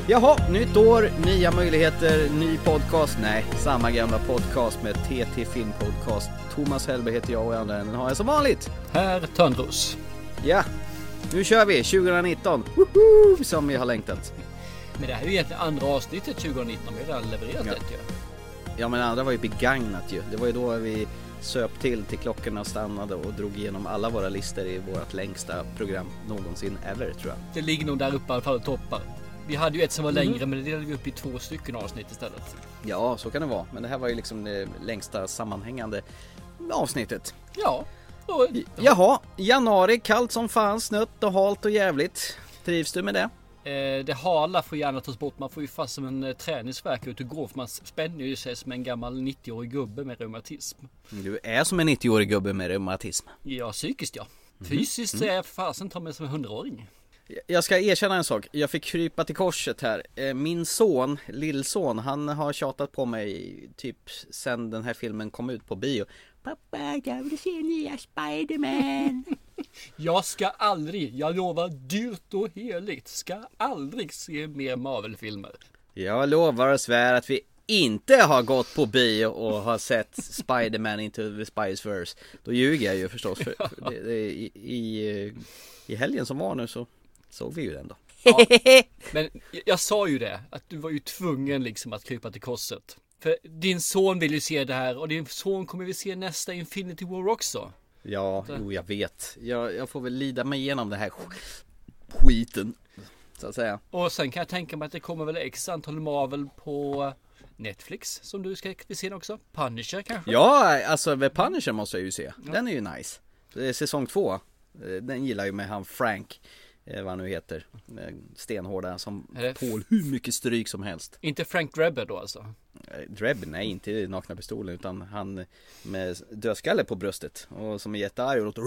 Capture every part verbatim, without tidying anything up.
Jaha, nytt år, nya möjligheter, ny podcast. Nej, samma gamla podcast med T T Filmpodcast. Thomas Hellberg heter jag och i andra änden har jag som vanligt Herr Törnros. Ja, nu kör vi tjugonitton. Woho! Som vi har längtat. Men det här är ju egentligen andra avsnittet tjugonitton. Vi har redan levererat ja. det ju. Ja, men andra var ju begagnat ju. Det var ju då vi söp till till klockorna stannade och drog igenom alla våra listor i vårt längsta program någonsin ever, tror jag. Det ligger nog där uppe i alla fall och toppar. Vi hade ju ett som var längre, mm. men det delade vi upp i två stycken avsnitt istället. Ja, så kan det vara. Men det här var ju liksom det längsta sammanhängande avsnittet. Ja. Och... Jaha, januari, kallt som fan, snött och halt och jävligt. Trivs du med det? Eh, det hala får gärna tas bort. Man får ju fast som en eh, träningsvärk ut och gå. För man spänner ju sig som en gammal nittioårig gubbe med reumatism. Du är som en nittioårig gubbe med reumatism. Ja, psykiskt ja. Fysiskt mm. så är jag fasen ta mig som en hundraåring. Jag ska erkänna en sak. Jag fick krypa till korset här. Min son, lillson, han har tjatat på mig typ sen den här filmen kom ut på bio. Pappa, jag vill se nya Spider-Man. Jag ska aldrig, jag lovar dyrt och heligt, ska aldrig se mer Marvel-filmer. Jag lovar och svär att vi inte har gått på bio och har sett Spider-Man Into the Spider-Verse. Då ljuger jag ju förstås. För, för det, det, i, i, I helgen som var nu så såg vi ju den då. Ja, men jag sa ju det, att du var ju tvungen liksom att krypa till korset. För din son vill ju se det här och din son kommer vi se nästa Infinity War också. Ja, jo, jag vet. Jag, jag får väl lida mig igenom det här skiten, så att säga. Och sen kan jag tänka mig att det kommer väl x antal Marvel på Netflix som du ska se också. Punisher kanske? Ja, alltså The Punisher måste jag ju se. Ja. Den är ju nice. Det är säsong två. Den gillar ju med han Frank, vad han nu heter, stenhårda som tål hur mycket stryk som helst. Inte Frank Drebber då alltså? Drebber, nej, inte nakna pistolen, utan han med dödskalle på bröstet och som är jättearg och låter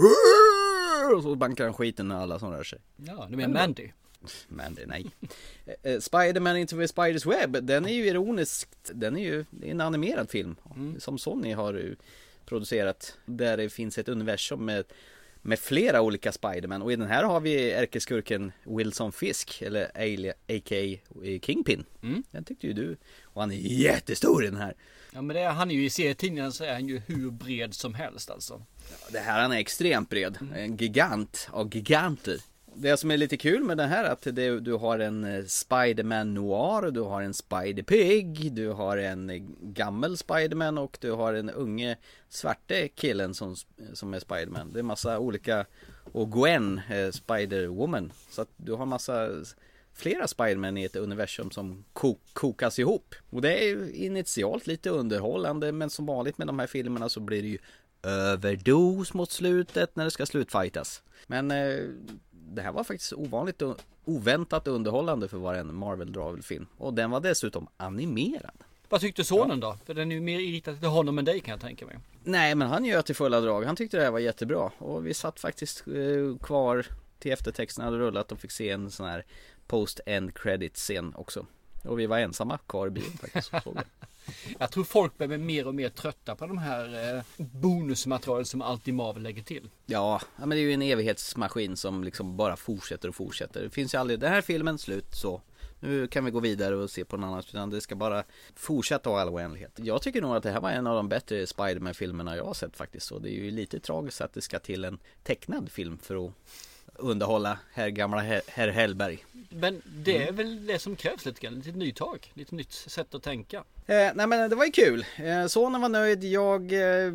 och så bankar han skiten när alla som rör sig. Ja, du menar Mandy? Mandy, nej. Spider-Man Into the Spider's Web, den är ju ironisk. Den är ju det är en animerad film mm. som Sony har producerat, där det finns ett universum med med flera olika Spider-Man. Och i den här har vi ärkeskurken Wilson Fisk, eller A K A Kingpin. Mm. Den tyckte ju du. Och han är jättestor i den här. Ja, men det är, han är ju i serietidningen så är han ju hur bred som helst alltså. Ja, det här han är extremt bred. Mm. En gigant av giganter. Det som är lite kul med den här är att det, du har en Spider-Man Noir, du har en Spider-Pig, du har en gammal Spider-Man och du har en unge svarte killen som, som är Spider-Man. Det är massa olika, och Gwen, eh, Spider-Woman. Så att du har massa flera Spider-Man i ett universum som kok, kokas ihop. Och det är initialt lite underhållande, men som vanligt med de här filmerna så blir det ju överdos mot slutet när det ska slutfightas. Men eh, det här var faktiskt ovanligt och oväntat underhållande för att vara en Marvel-dravelfilm. Och den var dessutom animerad. Vad tyckte sonen ja. då? För den är ju mer irriterad till honom än dig kan jag tänka mig. Nej, men han gör till fulla drag. Han tyckte det här var jättebra. Och vi satt faktiskt eh, kvar till eftertexten hade rullat och fick se en sån här post-end credit-scen också. Och vi var ensamma kvar i bilen faktiskt. Så jag tror folk blir mer och mer trötta på de här eh, bonusmaterialen som alltid Marvel lägger till. Ja, men det är ju en evighetsmaskin som liksom bara fortsätter och fortsätter. Det finns ju aldrig, den här filmen slut så. Nu kan vi gå vidare och se på något annat, utan det ska bara fortsätta ha all oändlighet. Jag tycker nog att det här var en av de bättre Spider-Man-filmerna jag har sett faktiskt. Så det är ju lite tragiskt att det ska till en tecknad film för att underhålla herr gamla herr Hellberg. Men det är mm. väl det som krävs lite grann, lite nytag, lite nytt sätt att tänka. Eh, nej men det var ju kul. Eh, sonen var nöjd, jag eh,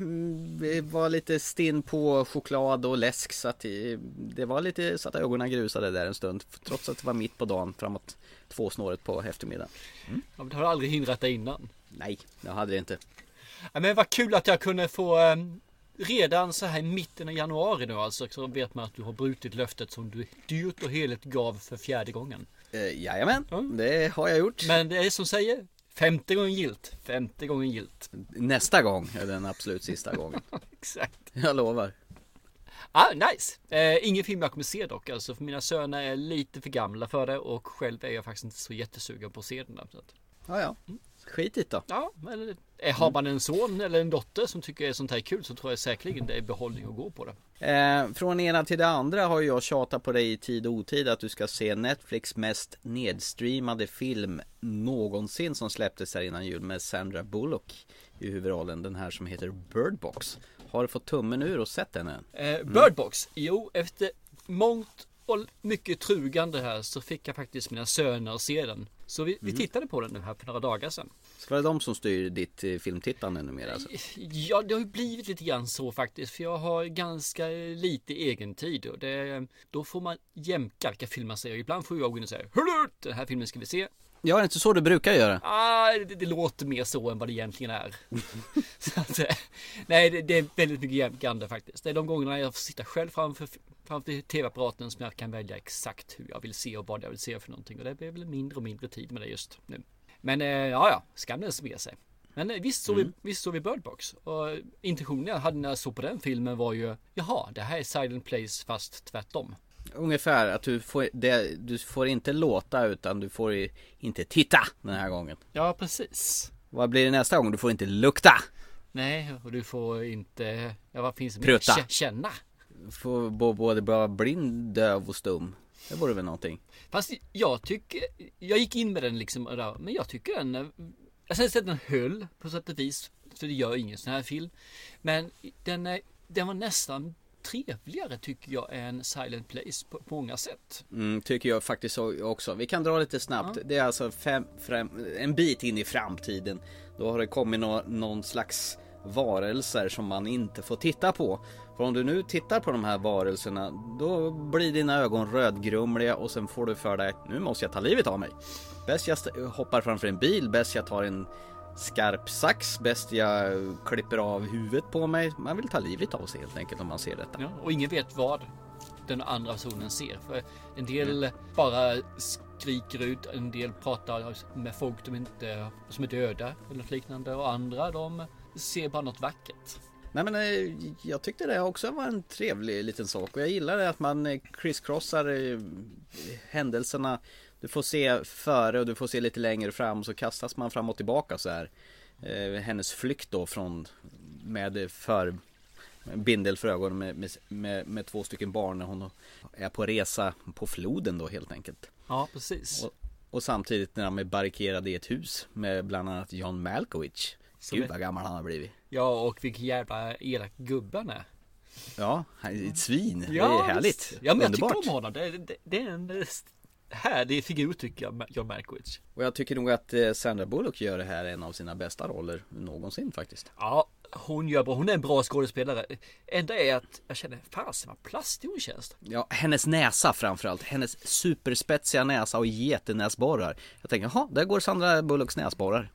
var lite stinn på choklad och läsk så att eh, det var lite så att ögonen grusade där en stund, trots att det var mitt på dagen framåt två snåret på eftermiddagen. Mm. Ja, men det har aldrig hindrat dig innan. Nej, jag hade det inte. Ja, men vad kul att jag kunde få eh, redan så här i mitten av januari nu alltså, så vet man att du har brutit löftet som du dyrt och heligt gav för fjärde gången. Eh, jajamän, mm. det har jag gjort. Men det är som säger, femte gången gilt. Femte gången gilt. Nästa gång är den absolut sista gången. Exakt. Jag lovar. Ah, nice. Eh, ingen film jag kommer se dock. Alltså, för mina söner är lite för gamla för det. Och själv är jag faktiskt inte så jättesugen på att se den. Så att... Ja, ja. Mm. Skitigt då. Ja, men har man en son eller en dotter som tycker är sånt här kul, så tror jag säkerligen det är behållning att gå på det. Eh, från ena till det andra har jag tjatat på dig i tid och otid att du ska se Netflix mest nedstreamade film någonsin som släpptes här innan jul med Sandra Bullock i huvudrollen, den här som heter Bird Box. Har du fått tummen ur och sett den än? Eh, Bird Box? Mm. Jo, efter mångt och mycket trugande här så fick jag faktiskt mina söner att se den. Så vi, vi tittade på den nu här för några dagar sedan. Så var det de som styr ditt eh, filmtittande numera alltså? Ja, det har ju blivit lite grann så faktiskt. För jag har ganska lite egen tid. Och det, då får man jämka vilka filmer man ser. Ibland får jag gå in och säga hörru, den här filmen ska vi se. Ja, det är inte så du brukar göra. Ah, det, det låter mer så än vad det egentligen är. Så att, nej, det, det är väldigt mycket jämkande faktiskt. Det är de gångerna jag får sitta själv framför, framför tv-apparaten som jag kan välja exakt hur jag vill se och vad jag vill se för någonting. Och det blir väl mindre och mindre tid med det just nu. Men eh, ja, ja, skam den med sig. Men eh, visst, såg mm. vi, visst såg vi Bird Box. Och intentionen jag hade när jag såg på den filmen var ju, jaha, det här är Silent Place fast tvärtom. Ungefär att du får, det, du får inte låta utan du får inte titta den här gången. Ja, precis. Vad blir det nästa gång? Du får inte lukta. Nej, och du får inte, ja vad finns det? Prutta. K- känna. Du får både vara blind, döv och stum. Det vore väl någonting. Fast jag tycker, jag gick in med den liksom, men jag tycker den, jag säger att den höll på sätt och vis, för det gör ingen sån här film. Men den, den var nästan trevligare tycker jag än Silent Place på, på många sätt. Mm, tycker jag faktiskt också. Vi kan dra lite snabbt. Ja. Det är alltså fem, fem, en bit in i framtiden. Då har det kommit no, någon slags varelser som man inte får titta på. För om du nu tittar på de här varelserna, då blir dina ögon rödgrumliga och sen får du för dig, nu måste jag ta livet av mig. Bäst jag hoppar framför en bil, bäst jag tar en skarp sax, bäst jag klipper av huvudet på mig. Man vill ta livet av sig helt enkelt om man ser detta. Ja, och ingen vet vad den andra personen ser. För en del mm. bara skriker ut, en del pratar med folk de inte, som är döda eller något liknande. Och andra de ser bara något vackert. Nej men jag tyckte det också var en trevlig liten sak. Och jag gillar det att man crisscrossar händelserna. Du får se före och du får se lite längre fram. Så kastas man fram och tillbaka så här. Eh, hennes flykt då från med för bindel för ögonen med, med, med, med två stycken barn när hon är på resa på floden då helt enkelt. Ja, precis. Och, och samtidigt när de är barrikerade i ett hus med bland annat John Malkovich. Som Gud vad gammal han har blivit. Ja, och vilken jävla elak gubben är. Ja, han är ett svin. Ja, det är härligt. Ja, men jag underbart. tycker om honom. Det, det, det är en härlig figur tycker jag, John Malkovich. Och jag tycker nog att Sandra Bullock gör det här en av sina bästa roller någonsin faktiskt. Ja, hon gör bra. Hon är en bra skådespelare. Enda är att jag känner, fasen vad plastig hon känns. Ja, hennes näsa framförallt. Hennes superspetsiga näsa och jättenäsborrar. Jag tänker, jaha, där går Sandra Bullocks näsborrar.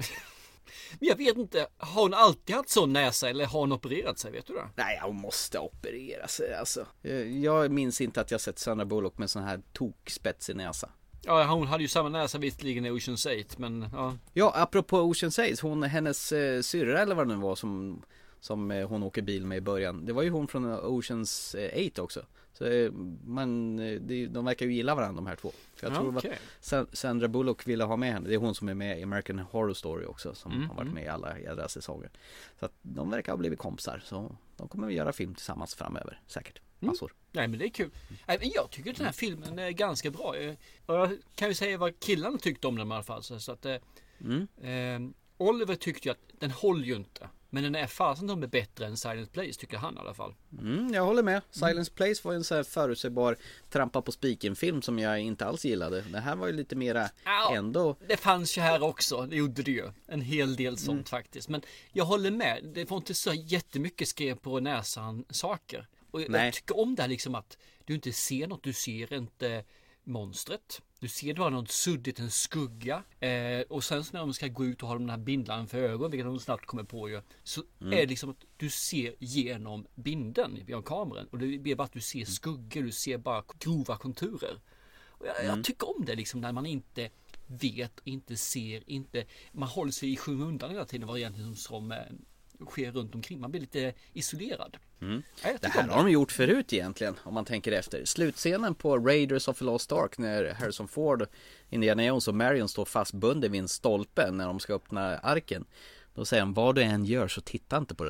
Men jag vet inte, har hon alltid haft sån näsa eller har hon opererat sig, vet du det? Nej, hon måste operera sig alltså. Jag minns inte att jag sett Sandra Bullock med sån här tokspetsig näsa. Ja, hon hade ju samma näsa visserligen i Ocean's Eight, men ja. Ja, apropå Ocean's Eight, hon, hennes eh, syrra eller vad det nu var som, som eh, hon åker bil med i början. Det var ju hon från Ocean's Eight också. Så eh, man, de, de verkar ju gilla varandra de här två. För jag tror okay. att Sandra Bullock ville ha med henne. Det är hon som är med i American Horror Story också. Som mm, har varit med i alla jädra säsonger. Så att de verkar ha blivit kompisar. Så de kommer att göra film tillsammans framöver. Säkert. Massor. Mm. Nej men det är kul. Jag tycker att den här filmen är ganska bra. Jag kan ju säga vad killarna tyckte om den i alla fall. Så att mm. eh, Oliver tyckte ju att den håller ju inte. Men den är fasen de är bättre än Silent Place tycker han i alla fall. Mm, jag håller med. Silent mm. Place var en så här förutsägbar trampa på spiken film som jag inte alls gillade. Det här var ju lite mera ja, ändå. Det fanns ju här också. Det gjorde det ju. En hel del sånt mm. faktiskt. Men jag håller med. Det var inte så jättemycket skrev på näsan saker. Och jag, jag tycker om det här liksom att du inte ser något. Du ser inte monstret. Du ser bara något suddigt, en skugga. Eh, och sen när de ska gå ut och ha den här bindlan för ögon, vilket de snabbt kommer på ju, så mm. är det liksom att du ser genom binden via kameran. Och det blir bara att du ser skuggor, du ser bara grova konturer. Och jag, mm. jag tycker om det liksom när man inte vet, inte ser, inte, man håller sig i skymundan hela tiden vad egentligen som eh, sker runt omkring. Man blir lite isolerad. Mm. Det här har de gjort förut egentligen om man tänker efter. Slutscenen på Raiders of the Lost Ark när Harrison Ford, Indiana Jones och Marion står fastbunden vid en stolpe när de ska öppna arken. Då säger han, vad du än gör så titta inte på det där.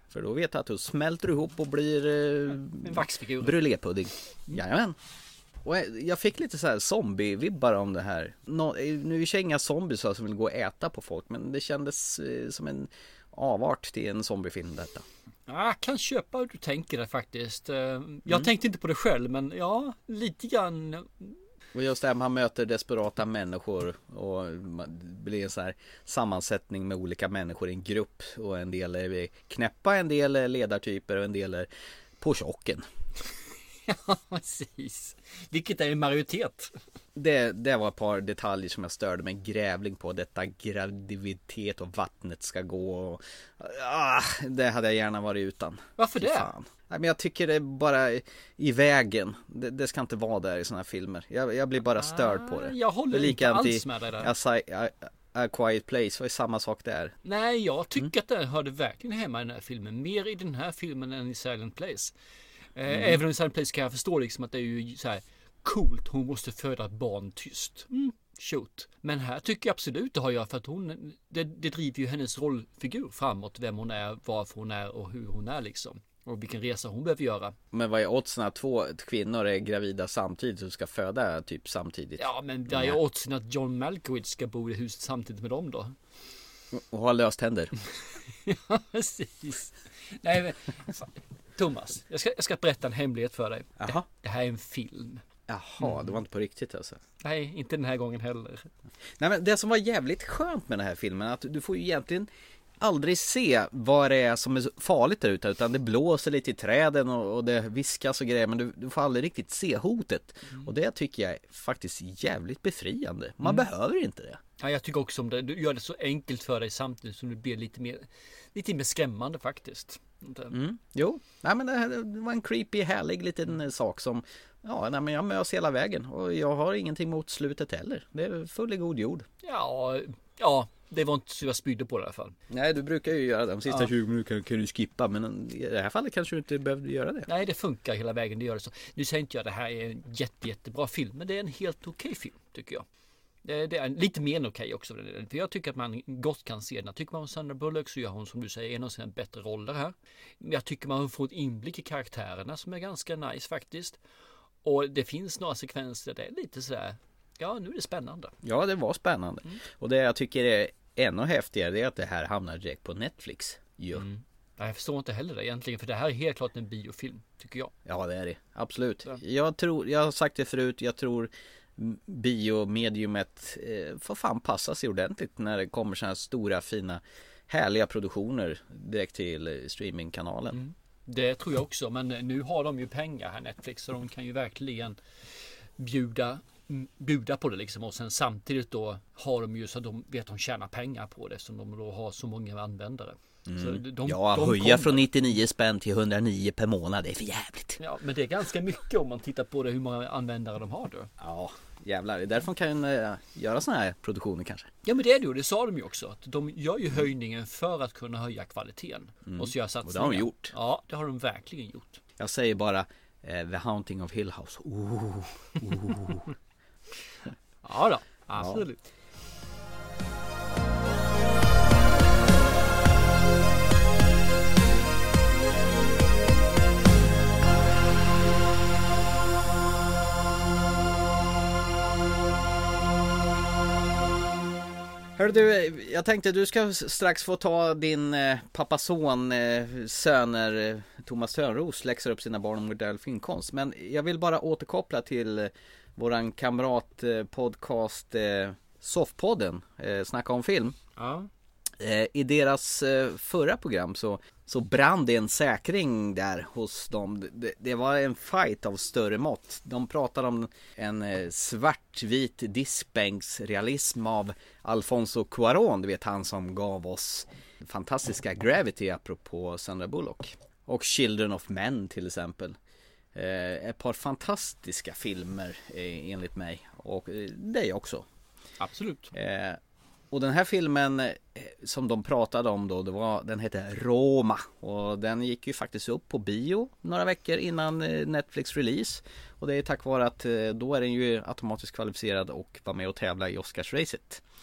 För då vet jag att du smälter ihop och blir eh, en vaxfigur. Brulépudding. Mm. Jajamän. Och jag fick lite så här zombie-vibbar om det här. Nå, nu är det inga zombies som vill gå och äta på folk, men det kändes eh, som en avart till en zombiefilm detta. Ja, jag kan köpa hur du tänker det faktiskt. Jag mm. tänkte inte på det själv, men ja, lite grann. Och just det här, man möter desperata människor och det blir en så här sammansättning med olika människor i en grupp. Och en del är knäppa, en del är ledartyper och en del är på chocken. Ja, precis. Vilket är en majoritet. Det, det var ett par detaljer som jag störde mig grävling på. Detta graviditet och vattnet ska gå. Och, ah, det hade jag gärna varit utan. Varför det? Fan. Nej, men jag tycker det är bara i vägen. Det, det ska inte vara där i såna här filmer. Jag, jag blir bara störd på det. Jag håller inte alls med dig där. A, a, a Quiet Place var ju samma sak där. Nej, jag tycker mm. att det hörde verkligen hemma i den här filmen. Mer i den här filmen än i Silent Place. Mm. Även om i Silent Place kan jag förstå liksom att det är ju så här coolt, hon måste föda ett barn tyst. Mm, shoot. Men här tycker jag absolut det har jag, för att hon, det, det driver ju hennes rollfigur framåt, vem hon är, varför hon är och hur hon är liksom. Och vilken resa hon behöver göra. Men vad är oddsen att två kvinnor är gravida samtidigt och ska föda typ samtidigt? Ja, men vad är oddsen att John Malkovich ska bo i huset samtidigt med dem då? Och ha löst händer. Ja, precis. Nej, men Thomas, jag ska, jag ska berätta en hemlighet för dig. Det, det här är en film. Jaha, mm. det var inte på riktigt alltså. Nej, inte den här gången heller. Nej, men det som var jävligt skönt med den här filmen är att du får ju egentligen aldrig se vad det är som är farligt där ute, utan det blåser lite i träden och, och det viskas och grejer, men du, du får aldrig riktigt se hotet. Mm. Och det tycker jag är faktiskt jävligt befriande. Man mm. behöver inte det. Ja, jag tycker också om det. Du gör det så enkelt för dig samtidigt som det blir lite mer, lite mer skrämmande faktiskt. Mm. Jo, nej, men det, det var en creepy, härlig liten sak som, ja, nej, men jag mös hela vägen och jag har ingenting mot slutet heller. Det är full i god jord. Ja, ja. Det var inte så jag spydde på det i alla fall. Nej, du brukar ju göra det. De sista ja. tjugo minuterna kan du skippa. Men i det här fallet kanske du inte behövde göra det. Nej, det funkar hela vägen. Det gör det så. Nu säger inte jag att det här är en jätte, jättebra film. Men det är en helt okej film, tycker jag. Det, det är lite mer än okej också. För jag tycker att man gott kan se den. Tycker man om Sandra Bullock så gör hon, som du säger, en av sina bättre roller här. Jag tycker man får ett inblick i karaktärerna som är ganska nice faktiskt. Och det finns några sekvenser där det är lite sådär, ja, nu är det spännande. Ja, det var spännande. Mm. Och det jag tycker är ännu häftigare, det är att det här hamnar direkt på Netflix. Jo. Mm. Jag förstår inte heller det egentligen, för det här är helt klart en biofilm, tycker jag. Ja, det är det. Absolut. Så. Jag tror, jag har sagt det förut, jag tror biomediumet eh, får fan passa sig ordentligt när det kommer så här stora, fina, härliga produktioner direkt till streamingkanalen. Mm. Det tror jag också, men nu har de ju pengar här, Netflix, så de kan ju verkligen bjuda bjuda på det liksom, och sen samtidigt då har de ju så att de vet att de tjänar pengar på det, som de då har så många användare. Mm. Så de, ja, de höja kommer från nittionio spänn till hundranio per månad, det är för jävligt. Ja, men det är ganska mycket om man tittar på det, hur många användare de har då. Ja, jävlar, det är därför de kan uh, göra såna här produktioner kanske. Ja, men det är det ju, det sa de ju också, att de gör ju höjningen för att kunna höja kvaliteten. Mm. Och så gör satsningar. Och det har de gjort. Ja, det har de verkligen gjort. Jag säger bara uh, The Haunting of Hill House. Oh, oh. Ja då, absolut. Ja. Hör du, jag tänkte du ska strax få ta din eh, pappason eh, söner eh, Thomas Törnros läxar upp sina barn om modell filmkonst. Men jag vill bara återkoppla till eh, våran kamrat eh, podcast eh, Soffpodden, eh, Snacka om film. Ja. Eh, I deras eh, förra program så, så brann det en säkring där hos dem. Det, det var en fight av större mått. De pratade om en eh, svartvit diskbänksrealism av Alfonso Cuarón. Du vet, han som gav oss fantastiska Gravity apropå Sandra Bullock. Och Children of Men till exempel. Eh, ett par fantastiska filmer eh, enligt mig. Och eh, det också. Absolut. Eh, Och den här filmen eh, som de pratade om då, det var, den hette Roma. Och den gick ju faktiskt upp på bio några veckor innan eh, Netflix release. Och det är tack vare att eh, då är den ju automatiskt kvalificerad och var med och tävla i Oscarsracet.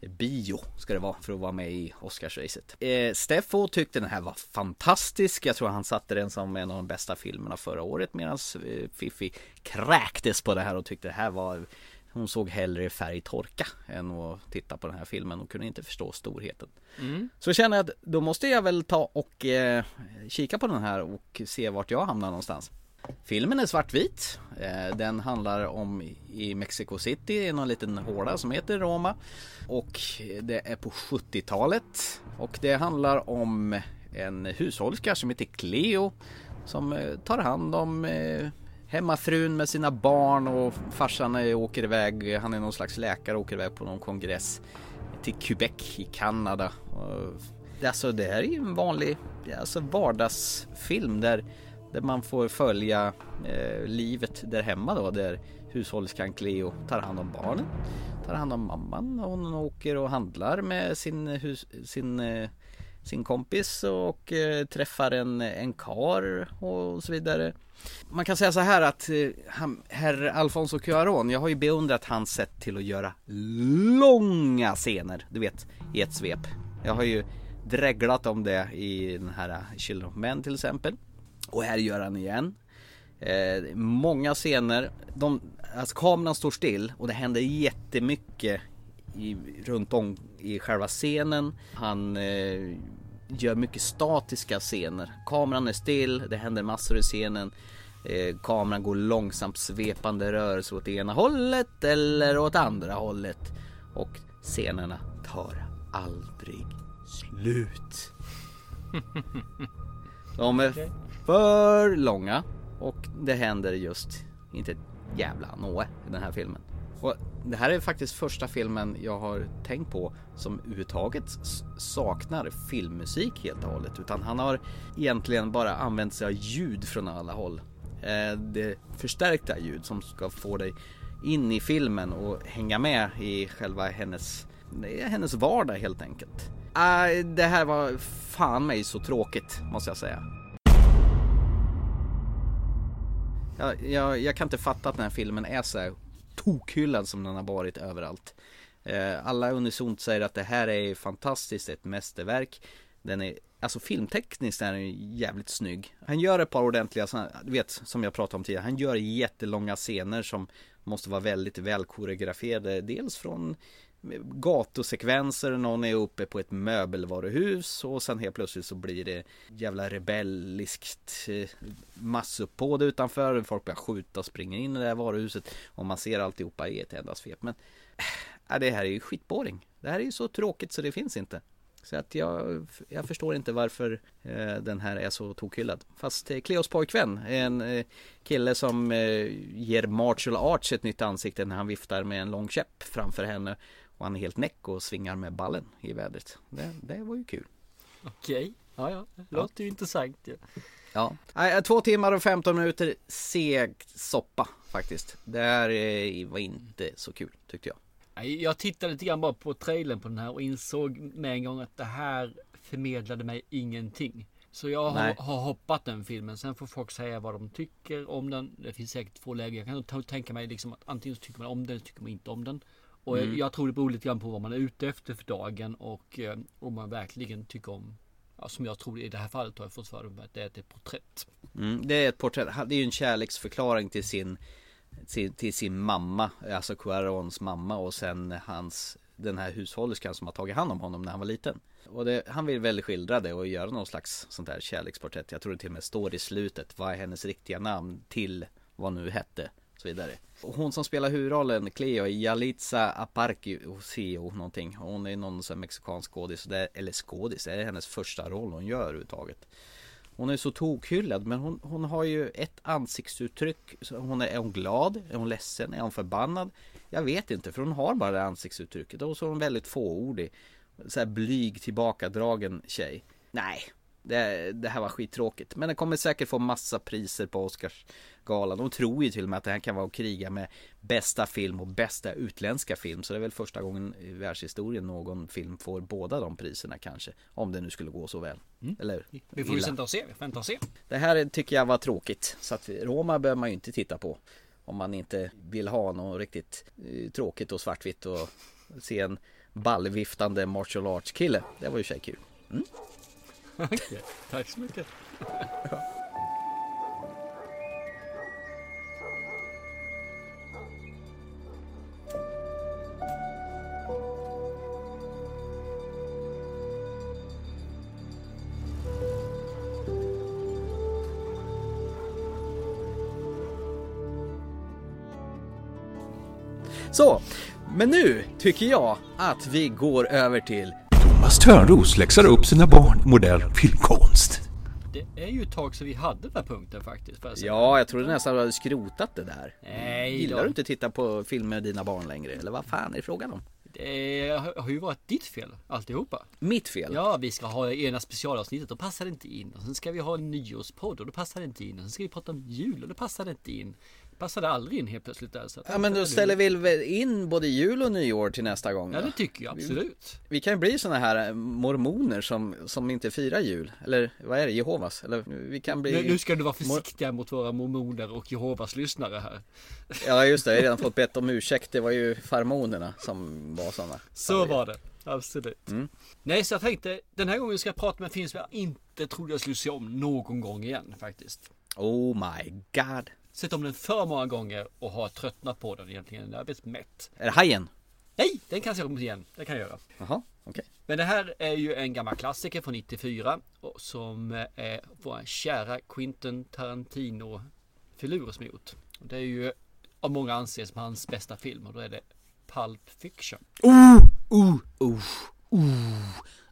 bio ska det vara för att vara med i Oscarsracet. Eh, Steffo tyckte den här var fantastisk. Jag tror han satte den som en av de bästa filmerna förra året, medan eh, Fifi kräktes på det här och tyckte det här var... Hon såg hellre färgtorka än att titta på den här filmen och kunde inte förstå storheten. Mm. Så känner jag att då måste jag väl ta och eh, kika på den här och se vart jag hamnar någonstans. Filmen är svartvit. Eh, den handlar om i Mexico City, någon liten håla som heter Roma. Och det är på sjuttiotalet. Och det handlar om en hushållerska som heter Cleo som eh, tar hand om... Eh, hemmafrun med sina barn och farsan åker iväg, han är någon slags läkare och åker iväg på någon kongress till Quebec i Kanada. Alltså det här är ju en vanlig alltså vardagsfilm där, där man får följa eh, livet där hemma då, där hushållerskan Cleo tar hand om barnen, tar hand om mamman och hon åker och handlar med sin, hus, sin eh, sin kompis och eh, träffar en, en kar och så vidare. Man kan säga så här att eh, han, herr Alfonso Cuarón, jag har ju beundrat hans sätt till att göra långa scener, du vet, i ett svep. Jag har ju dräglat om det i den här Children of Men till exempel. Och här gör han igen. Eh, många scener, de, alltså kameran står still och det händer jättemycket i, runt om i själva scenen. Han eh, gör mycket statiska scener. Kameran är still, det händer massor i scenen. Eh, kameran går långsamt svepande rörelser åt ena hållet eller åt andra hållet. Och scenerna tar aldrig slut. De är okay. för långa och det händer just inte ett jävla nåe i den här filmen. Och det här är faktiskt första filmen jag har tänkt på som överhuvudtaget saknar filmmusik helt och hållet. Utan han har egentligen bara använt sig av ljud från alla håll. Eh, det förstärkta ljud som ska få dig in i filmen och hänga med i själva hennes, hennes vardag helt enkelt. Eh, det här var fan mig så tråkigt, måste jag säga. Jag, jag, jag kan inte fatta att den här filmen är så här tokhyllad som den har varit överallt. Eh, alla unisont säger att det här är fantastiskt, ett mästerverk. Den är, alltså filmtekniskt är den jävligt snygg. Han gör ett par ordentliga, du vet, som jag pratade om tidigare, han gör jättelånga scener som måste vara väldigt väl koreograferade. Dels från gatusekvenser, någon är uppe på ett möbelvaruhus och sen helt plötsligt så blir det jävla rebelliskt massuppbåd utanför, folk börjar skjuta och springer in i det här varuhuset och man ser alltihopa i ett enda svep. Men äh, det här är ju skitboring. Det här är ju så tråkigt så det finns inte. Så att jag, jag förstår inte varför eh, den här är så tokhyllad. Fast eh, Cleos pojkvän är en eh, kille som eh, ger martial arts ett nytt ansikte när han viftar med en lång käpp framför henne. Och han är helt näck och svingar med ballen i vädret. Det, det var ju kul. Okej, ja ja, det låter ja. ju intressant. Ja. Ja, Nej, två timmar och femton minuter seg soppa faktiskt. Det här eh, var inte så kul tyckte jag. Jag tittade lite grann bara på trailern på den här och insåg med en gång att det här förmedlade mig ingenting. Så jag har, har hoppat den filmen. Sen får folk säga vad de tycker om den. Det finns säkert två läger. Jag kan tänka mig liksom att antingen så tycker man om den eller tycker man inte om den. Och mm. jag, jag tror det beror lite grann på vad man är ute efter för dagen och eh, om man verkligen tycker om, ja, som jag tror i det här fallet har jag fått för mig att det är ett porträtt. Mm, det är ett porträtt. Det är ju en kärleksförklaring till sin Till, till sin mamma, alltså Cuaróns mamma och sen hans, den här hushållerskan som har tagit hand om honom när han var liten. Och det, han vill väl skildra det och göra någon slags sånt där kärleksporträtt. Jag tror det till och med står i slutet vad är hennes riktiga namn till vad nu hette och så vidare. Och hon som spelar huvudrollen, Cleo, är Yalitza Aparicio någonting. Hon är någon sån mexikansk skådis, eller skådis, det är hennes första roll hon gör överhuvudtaget. Hon är så tokhyllad, men hon, hon har ju ett ansiktsuttryck. Hon är, är hon glad? Är hon ledsen? Är hon förbannad? Jag vet inte, för hon har bara det ansiktsuttrycket. Och så är hon väldigt fåordig. Så här blyg, tillbakadragen tjej. Nej, det, det här var skittråkigt. Men den kommer säkert få massa priser på Oscarsgalan. De tror ju till och med att det här kan vara att kriga med bästa film och bästa utländska film. Så det är väl första gången i världshistorien någon film får båda de priserna kanske. Om det nu skulle gå så väl. Mm. Eller vi får ju vänta och se, vänta och se. Det här tycker jag var tråkigt. Så att Roma behöver man ju inte titta på. Om man inte vill ha något riktigt eh, tråkigt och svartvitt och se en ballviftande martial arts kille. Det var ju tjej kul. Mm. Okej, okay, tack så mycket. Så, men nu tycker jag att vi går över till Thomas Törnros läxar upp sina barn modern filmkonst. Det är ju ett tag sedan vi hade den här punkten faktiskt. Ja, jag trodde nästan du hade skrotat det där. Nej, Gillar då. Du inte titta på filmer med dina barn längre? Eller vad fan är det frågan om? Det har ju varit ditt fel, alltihopa. Mitt fel? Ja, vi ska ha ena specialavsnittet, då passar det inte in. Och sen ska vi ha en nyårspodd och då passar det inte in. Och sen ska vi prata om jul och då passar det inte in. Passade aldrig in helt plötsligt där, så ja, men då ställer vi väl in både jul och nyår till nästa gång då? Ja, det tycker jag absolut. Vi, vi kan ju bli såna här mormoner som, som inte firar jul. Eller vad är det, Jehovas? Eller vi kan bli... Nu, nu ska du vara försiktiga mot våra mormoner och Jehovas lyssnare här. Ja just det, jag har redan fått bett om ursäkt. Det var ju farmonerna som var såna. Så var det, absolut. Mm. Nej, så jag tänkte, den här gången ska jag prata med en film som jag inte trodde jag skulle se om någon gång igen faktiskt. Oh my god. Sett om den för många gånger och har tröttnat på den egentligen. Jag är väldigt mätt. Är det Hajen? Nej, den kan jag se om igen. Det kan jag göra. Jaha, okej. Okay. Men det här är ju en gammal klassiker från nittiofyra och som är vår kära Quentin Tarantino filur som gjort. Och det är ju av många anses som hans bästa film och då är det Pulp Fiction. Oh, oh, oh, oh,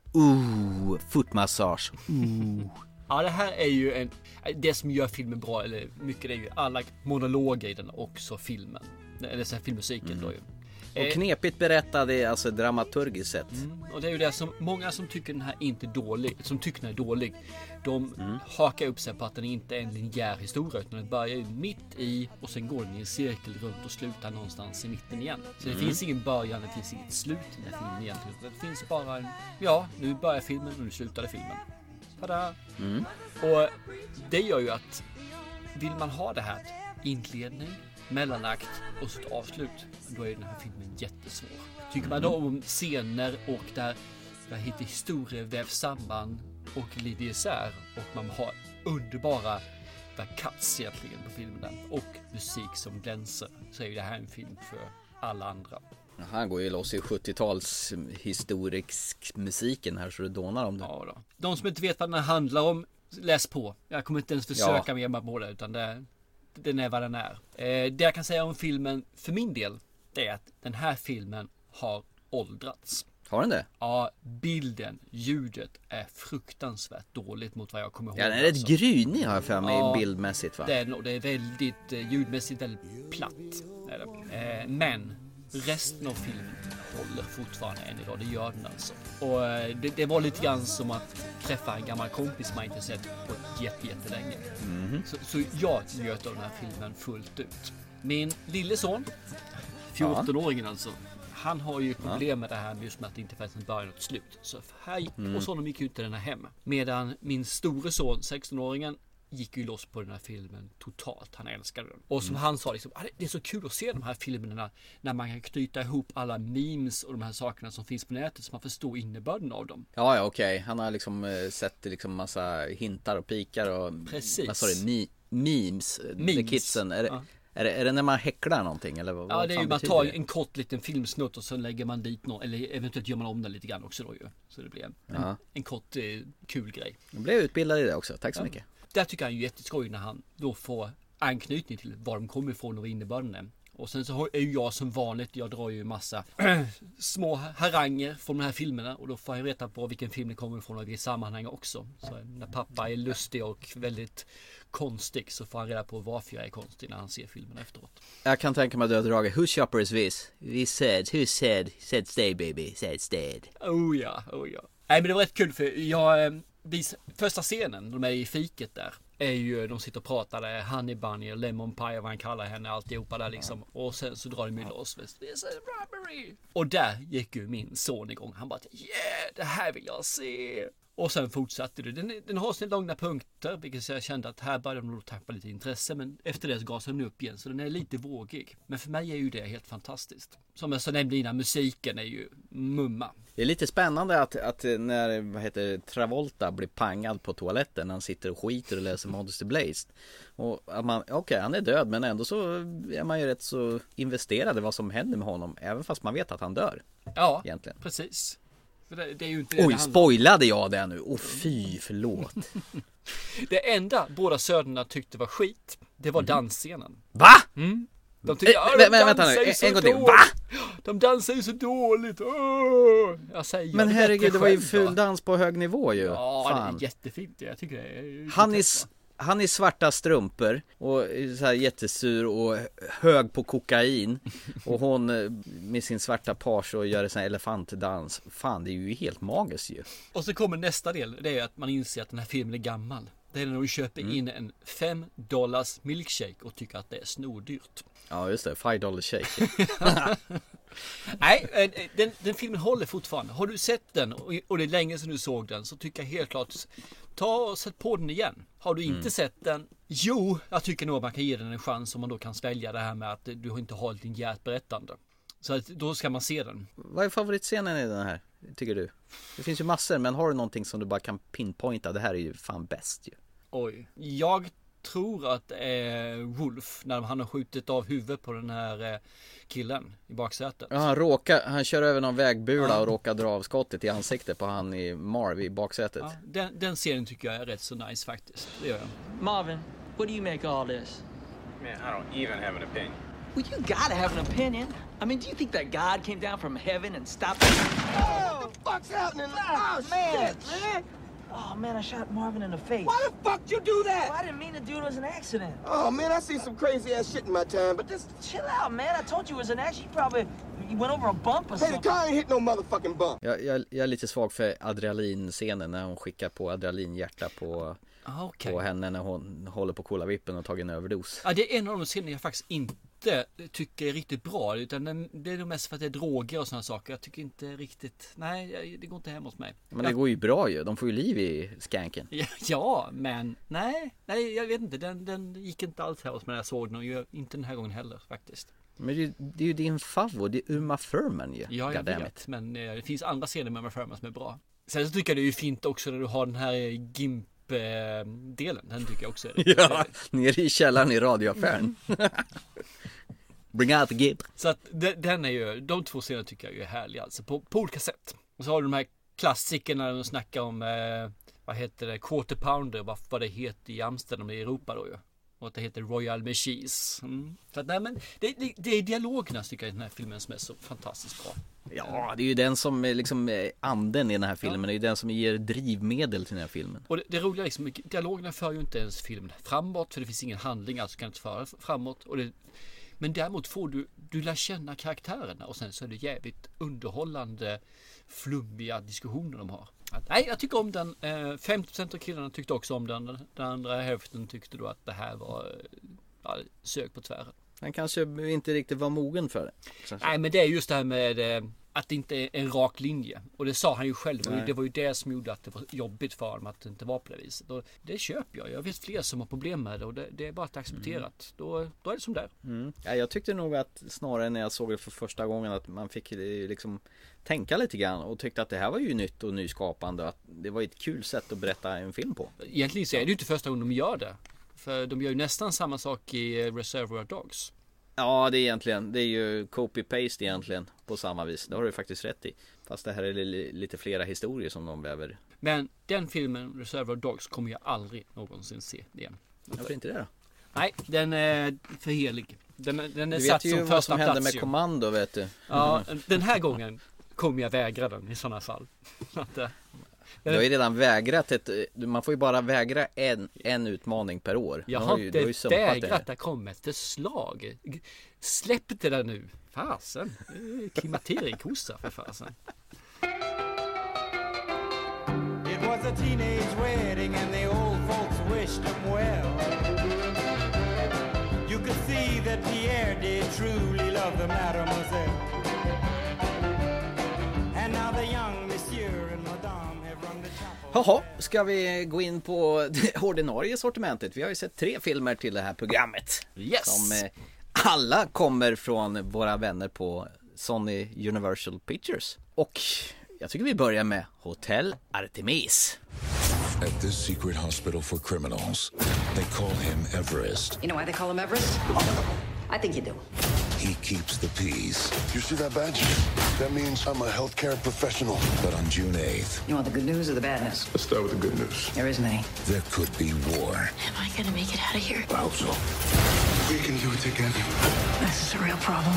oh, footmassage. Oh. Ja, det här är ju en, det som gör filmen bra, eller mycket, det är ju alla monologer i den, också filmen. Eller så här filmmusiken mm. då ju. Och knepigt berättade, alltså dramaturgiskt sett. Mm. Och det är ju det som, många som tycker den här inte är dålig, som tycker den är dålig, de mm. hakar upp sig på att den inte är en linjär historia, utan den börjar ju mitt i och sen går den i en cirkel runt och slutar någonstans i mitten igen. Så det mm. finns ingen början, det finns inget slut i den här filmen egentligen. Det finns bara en, ja, nu börjar filmen och nu slutade filmen. Mm. Och det gör ju att vill man ha det här inledning, mellanakt och så ett avslut, då är den här filmen jättesvår. Tycker man då om scener och där jag hittar historier vävs samman och glider isär och man har underbara cuts egentligen på filmen och musik som glänser, så är ju det här en film för alla andra. Han går ju loss i sjuttio-tals historisk musiken här så det dånar om det. Ja då. De som inte vet vad den handlar om, läs på. Jag kommer inte ens försöka ja. mer på det, utan det, den är vad den är. Eh, det jag kan säga om filmen för min del, det är att den här filmen har åldrats. Har den det? Ja, bilden, ljudet är fruktansvärt dåligt mot vad jag kommer ihåg. Ja, den är rätt alltså. grynig har jag för mig ja, bildmässigt va? Det är, det är väldigt, ljudmässigt väldigt platt. Är det. Eh, men resten av filmen håller fortfarande än idag, det gör den alltså. Och det, det var lite grann som att träffa en gammal kompis man inte sett på jätte, jättelänge. Mm. Så, så jag njöt av den här filmen fullt ut. Min lille son, fjorton-åringen alltså, han har ju problem med det här med just med att det inte finns en början och ett slut. Så här, mm. och så de gick ut den här hem. Medan min store son, sexton-åringen, gick ju loss på den här filmen totalt. Han älskade den. Och som mm. han sa, liksom, det är så kul att se de här filmerna när man kan knyta ihop alla memes och de här sakerna som finns på nätet så man förstår innebörden av dem. Ja, ja okej. Okay. Han har liksom eh, sett liksom massa hintar och pikar och precis. Vad sa du? Me- memes? memes. Kidsen. Är det, ja. är, det, är det när man häcklar någonting? Eller vad, ja, vad det är ju man tar en kort liten filmsnutt och så lägger man dit någon, eller eventuellt gör man om den lite grann också då ju. Så det blir en, en, en kort eh, kul grej. Jag blev utbildad i det också. Tack så ja. mycket. Där tycker han ju jätteskoj när han då får anknytning till var de kommer ifrån och vad innebörden är. Och sen så är ju jag som vanligt, jag drar ju massa små haranger från de här filmerna och då får jag veta på vilken film det kommer ifrån och i vilket sammanhang också. Så när pappa är lustig och väldigt konstig så får han reda på varför jag är konstig när han ser filmen efteråt. Jag kan tänka mig att du har dragit Who's shopper is this? We said, who said, said stay baby, said stayed. Oh ja, oh ja. Nej men det var rätt kul för jag... Vis, första scenen, de är i fiket där, är ju, de sitter och pratar där, Honey Bunny och Lemon Pie, vad han kallar henne, alltihopa där liksom. Och sen så drar de ju loss, this is robbery. Och där gick ju min son igång, han bara, yeah, det här vill jag se. Och sen fortsatte det. Den, den har sina långa punkter, vilket jag kände att här började de nog tappa lite intresse. Men efter det så gasade den upp igen, så den är lite vågig. Men för mig är ju det helt fantastiskt. Som jag så nämnde innan, musiken är ju mumma. Det är lite spännande att, att när vad heter, Travolta blir pangad på toaletten när han sitter och skiter och läser Modesty Blaze. Och att man, okej, okay, han är död, men ändå så är man ju rätt så investerad i vad som händer med honom, även fast man vet att han dör. Ja, egentligen. Precis. För det, det är ju inte Oj, det spoilade jag det nu? Åh oh, fy, förlåt. Det enda båda söderna tyckte var skit, det var mm. dansscenen. Va? Mm. De tyckte, äh, vä- vä- vänta nu, en, en gång till. Va? De dansar ju så dåligt. Oh! Jag säger, men herregud, det var ju full dans på hög nivå ju. Ja, fan. Det är jättefint. Jag tycker det är han, är, han är svarta strumpor och så här jättesur och hög på kokain. Och hon med sin svarta page och gör en sån här elefantdans. Fan, det är ju helt magiskt ju. Och så kommer nästa del. Det är att man inser att den här filmen är gammal. Det är när du köper mm. in en fem dollars milkshake och tycker att det är snordyrt. Ja, just det. five dollar shake. Nej, den, den filmen håller fortfarande. Har du sett den och det är länge sedan du såg den, så tycker jag helt klart, ta och sätt på den igen. Har du inte mm. sett den? Jo, jag tycker nog att man kan ge den en chans om man då kan svälja det här med att du inte har ett linjärt berättande. Så att då ska man se den. Vad är favoritscenen i den här, tycker du? Det finns ju massor, men har du någonting som du bara kan pinpointa? Det här är ju fan bäst ju. Oj, jag tror att det är Wolf när han har skjutit av huvudet på den här killen i baksätet. Ja, han råkar, han kör över någon vägbula ja. och råkar dra av skottet i ansiktet på han i Marv i baksätet. Ja, den, den scenen tycker jag är rätt så nice faktiskt. Det gör jag. Marvin, what do you make of all this? Man, I don't even have an opinion. Well, you gotta have an opinion. I mean, do you think that God came down from heaven and stopped us? Oh, what the fuck's happening? Oh, man, shit, man. Oh, man, I shot Marvin in the face. Why the fuck you do that? Well, I didn't mean to do it. It was an accident. Oh, man, I seen some crazy ass shit in my time, but this... Chill out, man. I told you it was an accident. You probably you went over a bump or hey, something. The car ain't hit no motherfucking bump. Jag, jag, jag är lite svag för adrenalinscenen när hon skickar på adrenalinhjärta på, ah, okay. på henne när hon håller på kolla vippen och tagit en överdos. Ja, det är en av de scener jag faktiskt inte tycker är riktigt bra, utan det är nog mest för att det är droger och sådana saker. Jag tycker inte riktigt, nej, det går inte hem hos mig. Men det jag... går ju bra ju, de får ju liv i skanken. Ja, ja men nej, nej, jag vet inte, den, den gick inte alls här hos mig när jag såg den, och inte den här gången heller faktiskt. Men det, det är ju din favorit, det är Uma Thurman ju. Ja, jag vet, men eh, det finns andra scener med Uma Thurman som är bra. Sen så tycker jag det är ju fint också när du har den här Gimp delen, den tycker jag också är ja, nere i källaren i radioaffären. Bring out the gib. Så att den är ju, de två scenerna tycker jag är härliga alltså, på, på olika sätt. Och så har du de här klassikerna när de snackar om eh, vad heter det, quarter pounder, vad, vad det heter i Amsterdam i Europa då ju. Och att det heter Royal med cheese. Mm. Så att, nej, men det, det, det är dialogerna tycker jag i den här filmen som är så fantastiskt bra. Ja, det är ju den som är liksom anden i den här filmen. Ja. Det är ju den som ger drivmedel till den här filmen. Och det, det roliga liksom, dialogerna för ju inte ens filmen framåt, för det finns ingen handling, alltså kan inte föra framåt. Och det, men däremot får du, du lär känna karaktärerna och sen så är det jävligt underhållande, flummiga diskussioner de har. Att, nej, jag tycker om den. femtio procent av killarna tyckte också om den. Den andra hälften tyckte då att det här var ja, sök på tvären. Han kanske inte riktigt var mogen för det. Kanske. Nej, men det är just det här med att det inte är en rak linje. Och det sa han ju själv. Nej. Det var ju det som gjorde att det var jobbigt för honom att det inte var på det viset. Och det köper jag. Jag vet fler som har problem med det och det, det är bara att accepterat. Mm. Då, då är det som det är. Mm. Ja, jag tyckte nog att snarare när jag såg det för första gången att man fick liksom tänka lite grann och tyckte att det här var ju nytt och nyskapande. Att det var ett kul sätt att berätta en film på. Egentligen så är det ju inte första gången de gör det. För de gör ju nästan samma sak i Reservoir Dogs. Ja, det är egentligen, det är ju copy-paste egentligen på samma vis. Det har du faktiskt rätt i. Fast det här är lite flera historier som de behöver. Men den filmen, Reservoir Dogs, kommer jag aldrig någonsin se igen. Varför inte det då? Nej, den är för helig. Den, den är du satt vet ju som vad första som hände plats, med Kommando, vet du. Ja, den här gången kommer jag vägra den i sådana fall. Att, uh, du har ju redan vägrat ett, man får ju bara vägra en, en utmaning per år. Jag har inte vägrat, det kom ett förslag. Släpp det där nu. Fasen. Klimakteriekossa för fasen. It was a teenage wedding and the old folks wished them well. You could see that Pierre did truly love the mademoiselle. And now the young monsieur and madame have run the chapel. Jaha, ska vi gå in på det ordinarie sortimentet? Vi har ju sett tre filmer till det här programmet. Yes! Som eh, alla kommer från våra vänner på Sony Universal Pictures. Och jag tycker vi börjar med Hotel Artemis. At this secret hospital for criminals, they call him Everest. You know why they call him Everest? I think you do. He keeps the peace. You see that badge? That means I'm a healthcare professional. But on June eighth... You want the good news or the bad news? Let's start with the good news. There isn't any. There could be war. Am I gonna make it out of here? I hope so. We can do it together. This is a real problem.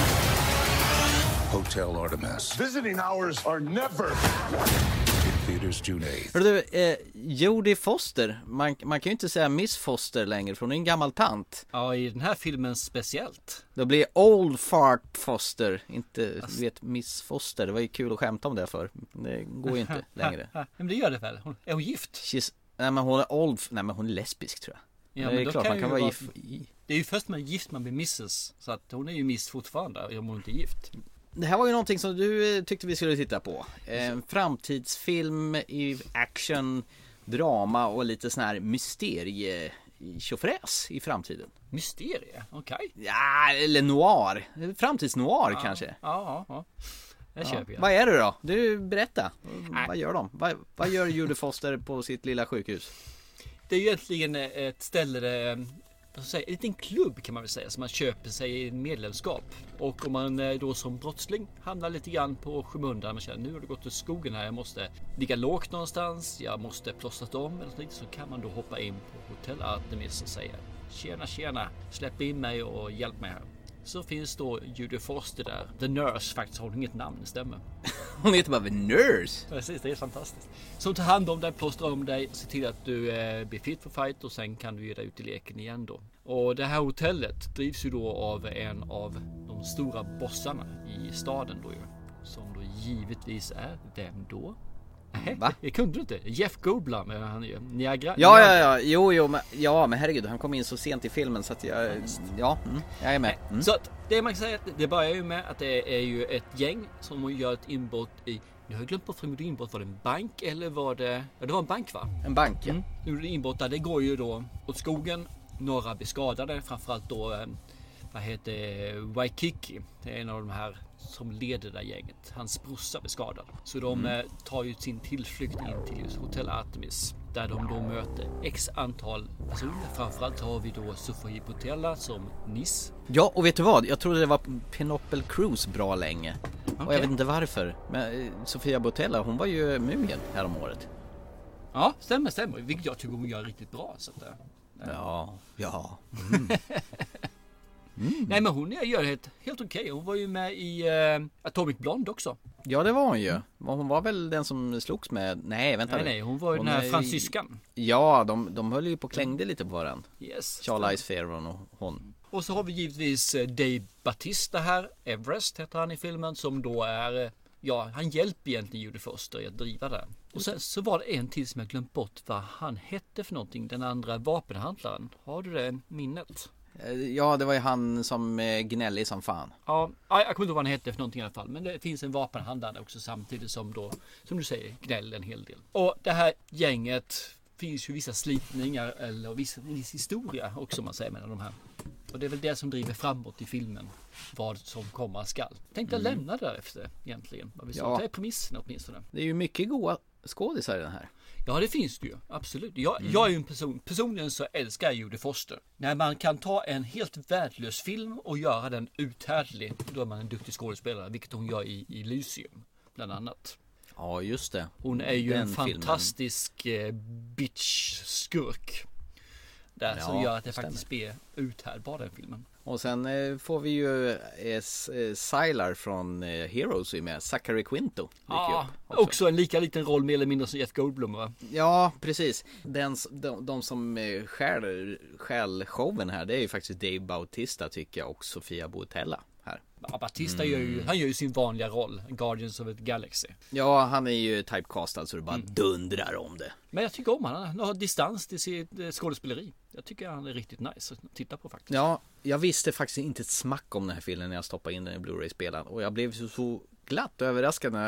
Hotel Artemis. Visiting hours are never... Theaters June eighth. Hörru du, eh, Jodie Foster, man, man kan ju inte säga Miss Foster längre, för hon är en gammal tant. Ja, i den här filmen speciellt. Då blir Old Fart Foster, inte alltså, vet Miss Foster. Det var ju kul att skämta om det för. Det går ju inte längre. Men det gör det väl? Hon, är hon gift? She's, nej men hon är old, nej men hon är lesbisk tror jag. Ja, det men är då klart kan man kan vara vara gift. Det är ju först man är gift man blir misses. Så att hon är ju miss fortfarande om hon inte är gift. Det här var ju någonting som du tyckte vi skulle titta på. En framtidsfilm i action, drama och lite sån här mysterie tjofräs i framtiden. Mysterie? Okej. Okay. Ja, eller noir. Framtidsnoir ja, kanske. Ja, ja, ja. Det köper jag. Vad är det då? Du, berätta. Nej. Vad gör de? Vad, vad gör Jodie Foster på sitt lilla sjukhus? Det är ju egentligen ett ställe där, vad ska jag säga, en liten klubb kan man väl säga, som man köper sig en medlemskap. Och om man då som brottsling hamnar lite grann på skymundan, man känner nu har det gått till skogen här, jag måste ligga lågt någonstans, jag måste plåstrat om eller något, så kan man då hoppa in på Hotel Artemis och säga tjena tjena, släpp in mig och hjälp mig här. Så finns då Jodie Foster där. The Nurse faktiskt, har hon inget namn, det stämmer. Hon heter bara The Nurse. Precis, det är fantastiskt. Som tar hand om dig, plåstrar om dig, ser till att du eh, blir fit för fight och sen kan du ge dig ut i leken igen då. Och det här hotellet drivs ju då av en av de stora bossarna i staden då ju. Som då givetvis är, vem då? Va? Jag kunde inte. Jeff Goldblum är han ju. Niagara. Ja, ja, ja. Jo, jo, men, ja, men herregud, han kom in så sent i filmen så att jag, ja, mm, jag är med. Mm. Så att det man kan säga, det börjar ju med att det är ju ett gäng som gör ett inbrott i, jag har glömt på för inbrott, var det en bank eller var det, ja det var en bank va? En bank, ja. Mm. Nu är det inbrott där, det går ju då åt skogen, några blir skadade, framförallt då, vad heter Waikiki, det är en av de här som leder det där gänget. Hans brorsa blir skadad. Så de mm. tar ju sin tillflykt in till just Hotel Artemis. Där de då möter x antal personer. Framförallt har vi då Sofia Boutella som Nis. Ja, och vet du vad? Jag trodde det var Penelope Cruz bra länge. Okay. Och jag vet inte varför. Men Sofia Boutella, hon var ju Mumien här om året. Ja, stämmer, stämmer. Vilket jag tycker hon gör riktigt bra. Så att, ja, ja. Mm. Mm. Nej, men hon gör helt, helt okej. Okay. Hon var ju med i uh, Atomic Blonde också. Ja, det var hon ju. Mm. Hon var väl den som slogs med... Nej, vänta Nej, nej, hon var ju hon den här är... fransyskan. Ja, de, de höll ju på och klängde lite på varandra. Yes. Charlize Theron och hon. Och så har vi givetvis Dave Bautista här. Everest heter han i filmen. Som då är... Ja, han hjälper egentligen Jodie Foster att driva det. Och sen så var det en till som jag glömt bort vad han hette för någonting. Den andra vapenhandlaren. Har du det minnet? Ja, det var ju han som gnällig som fan. Ja, jag kommer inte ihåg vad han hette för någonting i alla fall. Men det finns en vapenhandlare också samtidigt som då, som du säger, gnäll en hel del. Och det här gänget finns ju vissa slitningar eller viss, viss historia också man säger mellan de här. Och det är väl det som driver framåt i filmen. Vad som komma skall. Tänkte jag mm. lämna det efter egentligen. Vad vi ja. Det är premissen åtminstone. Det är ju mycket goda skådisar i den här. Ja, det finns det ju. Absolut. Jag, mm. jag är ju en person, personligen så älskar jag Jodie Foster. När man kan ta en helt värdelös film och göra den uthärdlig, då är man en duktig skådespelare, vilket hon gör i, i Lysium, bland annat. Ja, just det. Hon är ju den en fantastisk eh, bitch-skurk. Där ja, som gör att det stämmer. Faktiskt blir uthärdbar den filmen. Och sen eh, får vi ju eh, Sylar från eh, Heroes med Zachary Quinto. Ja, också. också en lika liten roll mer eller mindre som Jeff Goldblum, va? Ja, precis. Den, de, de som eh, skär, skär showen här, det är ju faktiskt Dave Bautista tycker jag och Sofia Boutella här. Ja, Bautista mm. gör ju, han gör ju sin vanliga roll, Guardians of the Galaxy. Ja, han är ju typecastad så det bara mm. dundrar om det. Men jag tycker om han, han har distans till sitt skådespeleri. Jag tycker han är riktigt nice att titta på faktiskt. Ja, jag visste faktiskt inte ett smack om den här filmen när jag stoppade in den i Blu-ray-spelaren. Och jag blev så, så glatt och överraskad när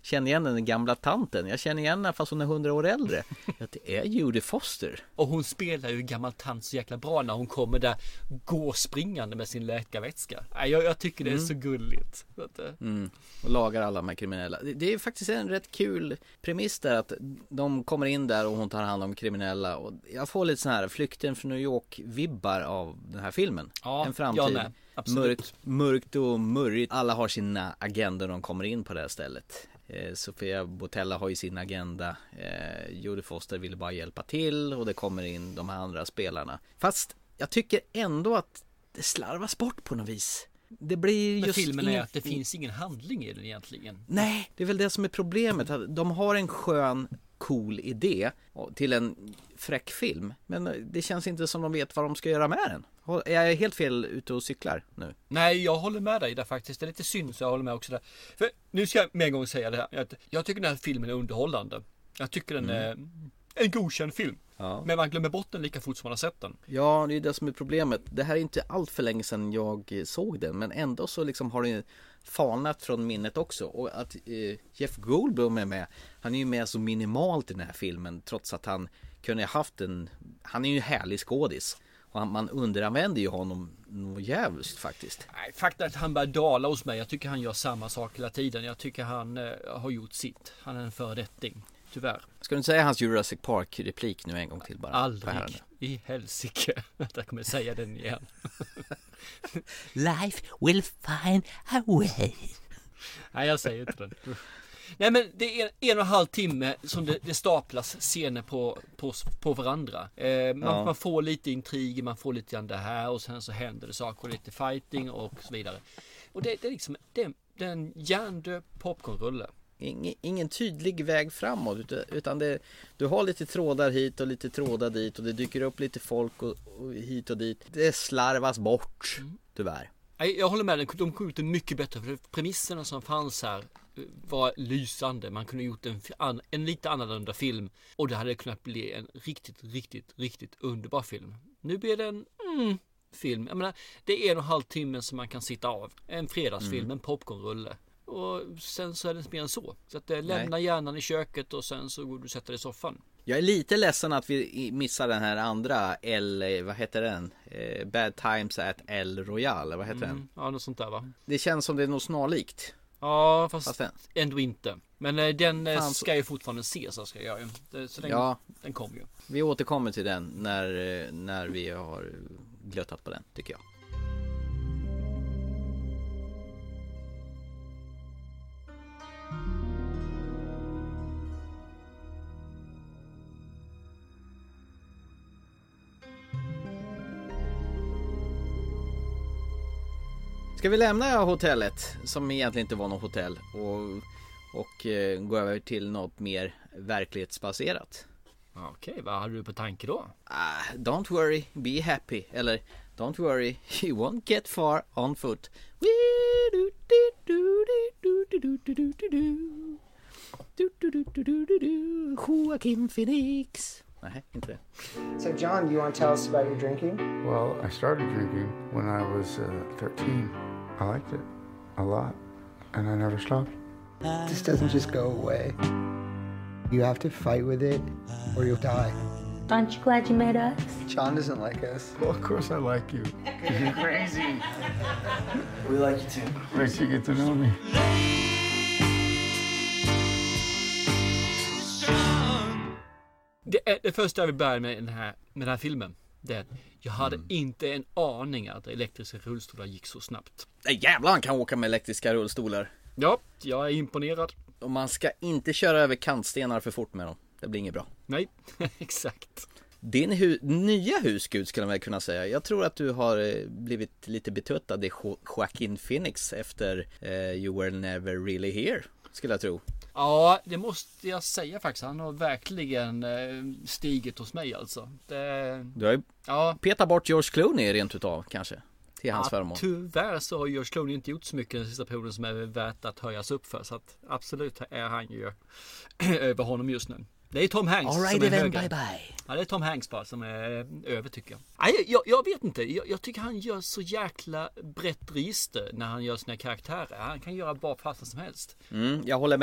känner igen den gamla tanten. Jag känner igen henne fast hon är hundra år äldre. Att det är Jodie Foster. Och hon spelar ju gammal tant så jäkla bra när hon kommer där går springande med sin läkarvätska. Jag, jag tycker det är mm. så gulligt. Mm. Och lagar alla de här kriminella. Det är faktiskt en rätt kul premiss där att de kommer in där och hon tar hand om kriminella. Och jag får lite sån här Flykten från New York-vibbar av den här filmen. Ja, en framtid. Jag med. Mörkt, mörkt och mörkt. Alla har sina agendor när de kommer in på det här stället. eh, Sofia Boutella har ju sin agenda. eh, Jodie Foster ville bara hjälpa till. Och det kommer in de här andra spelarna. Fast jag tycker ändå att det slarvas bort på något vis. Det blir Men just filmen är ingen... att det finns ingen handling i den egentligen. Nej, det är väl det som är problemet. De har en skön, cool idé till en fräck film. Men det känns inte som de vet vad de ska göra med den. Jag är helt fel ute och cyklar nu. Nej, jag håller med dig där faktiskt. Det är lite synd så jag håller med också där. För nu ska jag med en gång säga det här. Jag tycker den här filmen är underhållande. Jag tycker den är mm. en godkänd film. Ja. Men man glömmer bort den lika fort som man har sett den. Ja, det är det som är problemet. Det här är inte allt för länge sedan jag såg den. Men ändå så liksom har den falnat från minnet också. Och att eh, Jeff Goldblum är med. Han är ju med så minimalt i den här filmen. Trots att han kunde ha haft en... Han är ju en härlig skådis. Och man underanvänder ju honom något jävligt faktiskt. Nej, faktum att han börjar dala hos mig. Jag tycker han gör samma sak hela tiden. Jag tycker han eh, har gjort sitt. Han är en föredetting. Tyvärr. Ska du inte säga hans Jurassic Park-replik nu en gång till bara? Aldrig i helsike. Jag kommer säga den igen. Life will find a way. Nej, jag säger inte den. Nej, men det är en och en halv timme som det, det staplas scener på, på, på varandra. Eh, man, ja. man får lite intriger, man får lite grann det här och sen så händer det saker, lite fighting och så vidare. Och det, det är liksom det, det är en hjärndöd popcornrulle. Ingen, ingen tydlig väg framåt utan det, du har lite trådar hit och lite trådar dit och det dyker upp lite folk och, och hit och dit. Det slarvas bort, mm. tyvärr. Jag håller med, de kom ut mycket bättre för premisserna som fanns här var lysande. Man kunde gjort en, en lite annorlunda film och det hade kunnat bli en riktigt, riktigt, riktigt underbar film. Nu blir det en mm, film. Jag menar, det är en och en halv timme som man kan sitta av. En fredagsfilm, mm. en popcornrulle. Och sen så är det mer än så. Så att lämna hjärnan i köket och sen så går du och sätter dig i soffan. Jag är lite ledsen att vi missar den här andra L, vad heter den? Eh, Bad Times at El Royale, vad heter mm, den? Ja, något sånt där va? Det känns som det är något snarlikt. Ja, fast, fast ändå inte. Men eh, den eh, Fan, ska ju fortfarande ses, så ska jag ju. Det, så den, ja, den kommer ju. Vi återkommer till den när, när vi har glöttat på den, tycker jag. Ska vi lämna hotellet som egentligen inte var något hotell och, och eh, gå över till något mer verklighetsbaserat? Okej, okay, vad har du på tanke då? Uh, don't worry, be happy. Eller don't worry, you won't get far on foot. Joaquin Phoenix. Nej, inte det. So John, do you want to tell us about your drinking? Well, I started drinking when I was uh, thirteen. I liked it a lot, and I never stopped. This doesn't just go away. You have to fight with it, or you'll die. Aren't you glad you met us? John doesn't like us. Well, of course I like you. You're crazy. We like you too. Makes you get to know me. Det, är, det första jag vill börja med den här, med den här filmen, det är att jag hade mm. inte en aning att elektriska rullstolar gick så snabbt. Nej, jävlar, han kan åka med elektriska rullstolar. Ja, jag är imponerad. Och man ska inte köra över kantstenar för fort med dem. Det blir inget bra. Nej, exakt. Din hu- nya husgud skulle man väl kunna säga. Jag tror att du har blivit lite betuttad i jo- Joaquin Phoenix efter uh, You Were Never Really Here, skulle jag tro. Ja, det måste jag säga faktiskt. Han har verkligen eh, stigit hos mig alltså. Det... Du har ju ja. petat bort George Clooney rent utav kanske. Till hans ja, förmån. Tyvärr så har George Clooney inte gjort så mycket den sista perioden som är värt att höjas upp för. Så att absolut är han ju över honom just nu. Det är Tom Hanks right, som är then, högre. Bye bye. Ja, det är Tom Hanks bara som är över tycker jag. Nej, jag, jag vet inte. Jag, jag tycker han gör så jäkla brett register när han gör sina karaktärer. Han kan göra bara fasta som helst. Mm, jag håller med.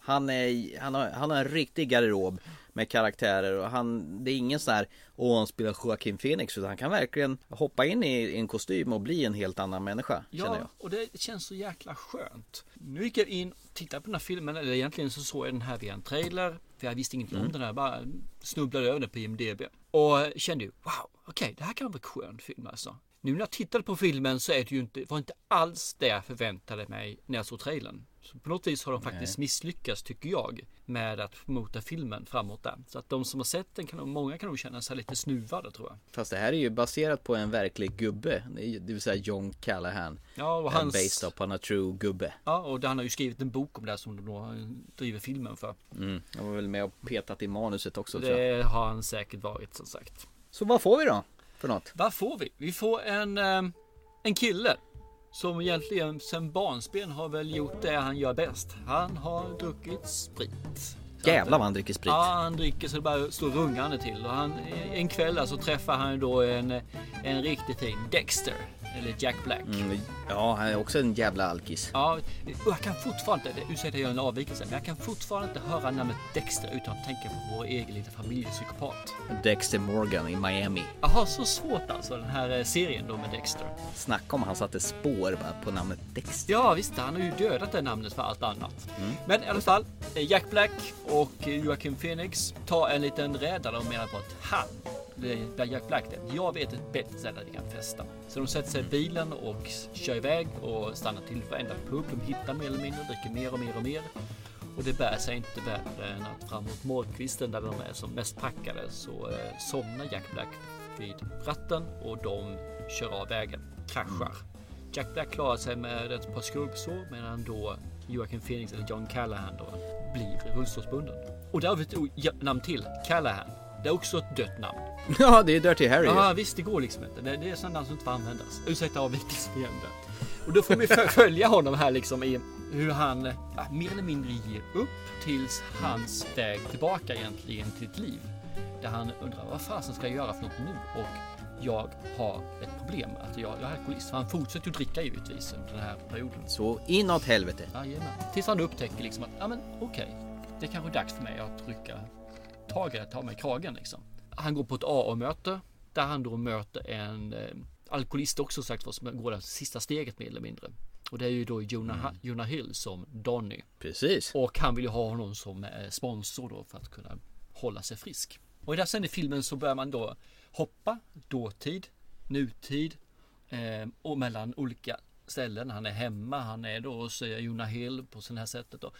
Han, är, han, har, han har en riktig garderob med karaktärer och han, det är ingen sån här, åh han spelar Joaquin Phoenix, utan han kan verkligen hoppa in i, i en kostym och bli en helt annan människa. Ja, jag. Och det känns så jäkla skönt. Nu gick jag in och tittade på den här filmen, eller egentligen så såg jag den här via en trailer, för jag visste ingenting mm. om den här, bara snubblade över den på I M D B och kände ju, wow, okej, okay, det här kan vara en skön film alltså. Nu när jag tittade på filmen så är det ju inte, var inte alls det jag förväntade mig när jag såg trailern. Så på något vis har de faktiskt Nej. misslyckats, tycker jag, med att promota filmen framåt där. Så att de som har sett den, kan, många kan nog känna sig lite snuvade, tror jag. Fast det här är ju baserat på en verklig gubbe, det vill säga John Callahan. Ja, och hans... based upon a true gubbe. Ja, och han har ju skrivit en bok om det här som de då driver filmen för. Mm, han var väl med och petat i manuset också, det tror jag. Det har han säkert varit, som sagt. Så vad får vi då för något? Vad får vi? Vi får en, en kille som egentligen sen barnsben har väl gjort det han gör bäst. Han har druckit sprit. Jävlar vad han dricker sprit. Ja, han dricker så det bara står rungande till. Och han, en kväll så alltså, träffar han då en, en riktigt fin Dexter. Eller Jack Black. Mm, ja, han är också en jävla alkis. Ja, och jag kan fortfarande, ursäkta jag gör en avvikelse, men jag kan fortfarande inte höra namnet Dexter utan att tänka på vår egen lite familjepsykopat. Dexter Morgan i Miami. Jaha, så svårt alltså den här serien då med Dexter. Snacka om han satte spår bara på namnet Dexter. Ja visst, han har ju dödat det namnet för allt annat. Mm. Men i alla fall, Jack Black och Joaquin Phoenix tar en liten räddare och menar på att han det är Jack Black det. Jag vet ett bättre ställe där vi kan festa. Så de sätter sig i bilen och kör iväg och stannar till för enda pub. De hittar mer eller mindre, dricker mer och mer och mer. Och det bär sig inte värre än att framåt morgonkvisten där de är som mest packade så eh, somnar Jack Black vid ratten och de kör av vägen. Kraschar. Jack Black klarar sig med ett par skrubbsår medan då Joaquin Phoenix eller John Callahan då blir rullstolsbunden. Och där har vi ett namn till, Callahan. Det är också ett dött namn. Ja, det är Dirty Harry. Ja, visst, det går liksom inte. Det, det är sådana namn som inte får användas. Ursäkta avvikelsen igen där. Och då får vi följa honom här liksom i hur han ja, mer eller mindre ger upp tills hans väg tillbaka egentligen till ett liv. Där han undrar, vad fasen ska jag göra för något nu? Och jag har ett problem. Att jag, jag är alkoholist. För han fortsätter ju dricka givetvis under den här perioden. Så inåt helvete. Jajamän. Tills han upptäcker liksom att, ja men okej. Okay, det är kanske dags för mig att trycka taget, ta mig kragen liksom. Han går på ett A A-möte där han då möter en eh, alkoholist också sagt vad som går det sista steget mer eller mindre. Och det är ju då Jonah, mm. Jonah Hill som Donny. Precis. Och han vill ju ha honom som eh, sponsor då för att kunna hålla sig frisk. Och i den sen i filmen så börjar man då hoppa dåtid, nutid eh, och mellan olika ställen. Han är hemma, han är då hos Jonah Hill på sån här sättet då.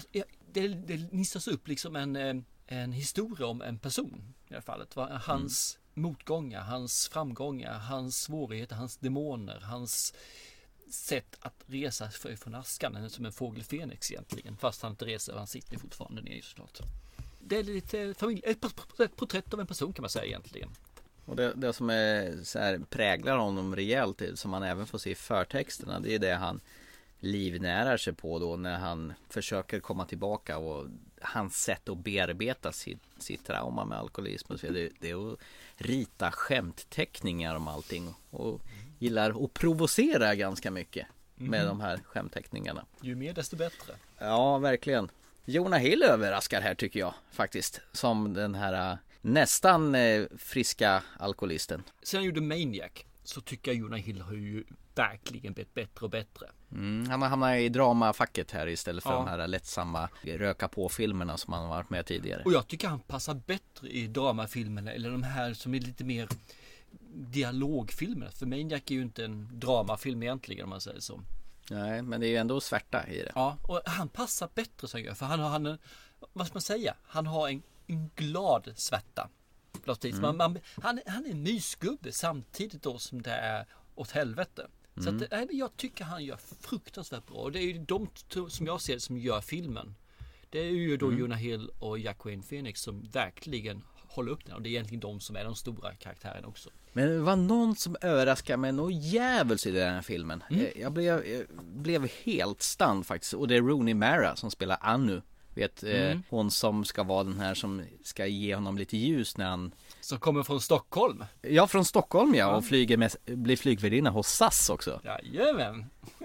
Det, det nissas upp liksom en eh, en historia om en person i det här fallet. Hans mm. motgångar, hans framgångar, hans svårigheter, hans demoner, hans sätt att resa från askan som en fågel Fenix egentligen. Fast han inte reser, han sitter fortfarande ner såklart. Det är lite familj, ett porträtt av en person kan man säga egentligen. Och det, det som är så här, präglar honom rejält, som man även får se i förtexterna, det är det han livnärar sig på då när han försöker komma tillbaka, och hans sätt att bearbeta sitt, sitt trauma med alkoholism och så det, det är att rita skämtteckningar om allting och gillar att provocera ganska mycket med mm. de här skämtteckningarna. Ju mer desto bättre. Ja, verkligen. Jonah Hill överraskar här tycker jag faktiskt, som den här nästan friska alkoholisten. Sen han gjorde Maniac så tycker jag Jonah Hill har ju verkligen blivit bättre och bättre. Mm, han har hamnat i dramafacket här istället för ja. de här lättsamma röka på filmerna som han har varit med tidigare. Och jag tycker han passar bättre i dramafilmerna eller de här som är lite mer dialogfilmer. För Maniac är ju inte en dramafilm egentligen om man säger så. Nej, men det är ju ändå svärta i det. Ja, och han passar bättre så jag för han har han en, vad ska man säga? Han har en, en glad svärta. Mm. Man, man, han, han är en mysgubbe samtidigt då som det är åt helvete. Så mm. att, nej, jag tycker han gör fruktansvärt bra. Och det är ju de som jag ser som gör filmen. Det är ju då mm. Jonah Hill och Joaquin Phoenix som verkligen håller upp den. Och det är egentligen de som är de stora karaktärerna också. Men det var någon som överraskade mig nog jävligt i den här filmen. Mm. Jag, blev, jag blev helt stand faktiskt. Och det är Rooney Mara som spelar Anu. Vet, mm. eh, hon som ska vara den här som ska ge honom lite ljus när han... Som kommer från Stockholm. Ja, från Stockholm ja. Och flyger med, blir flygvärdinna hos S A S också. Jajamän.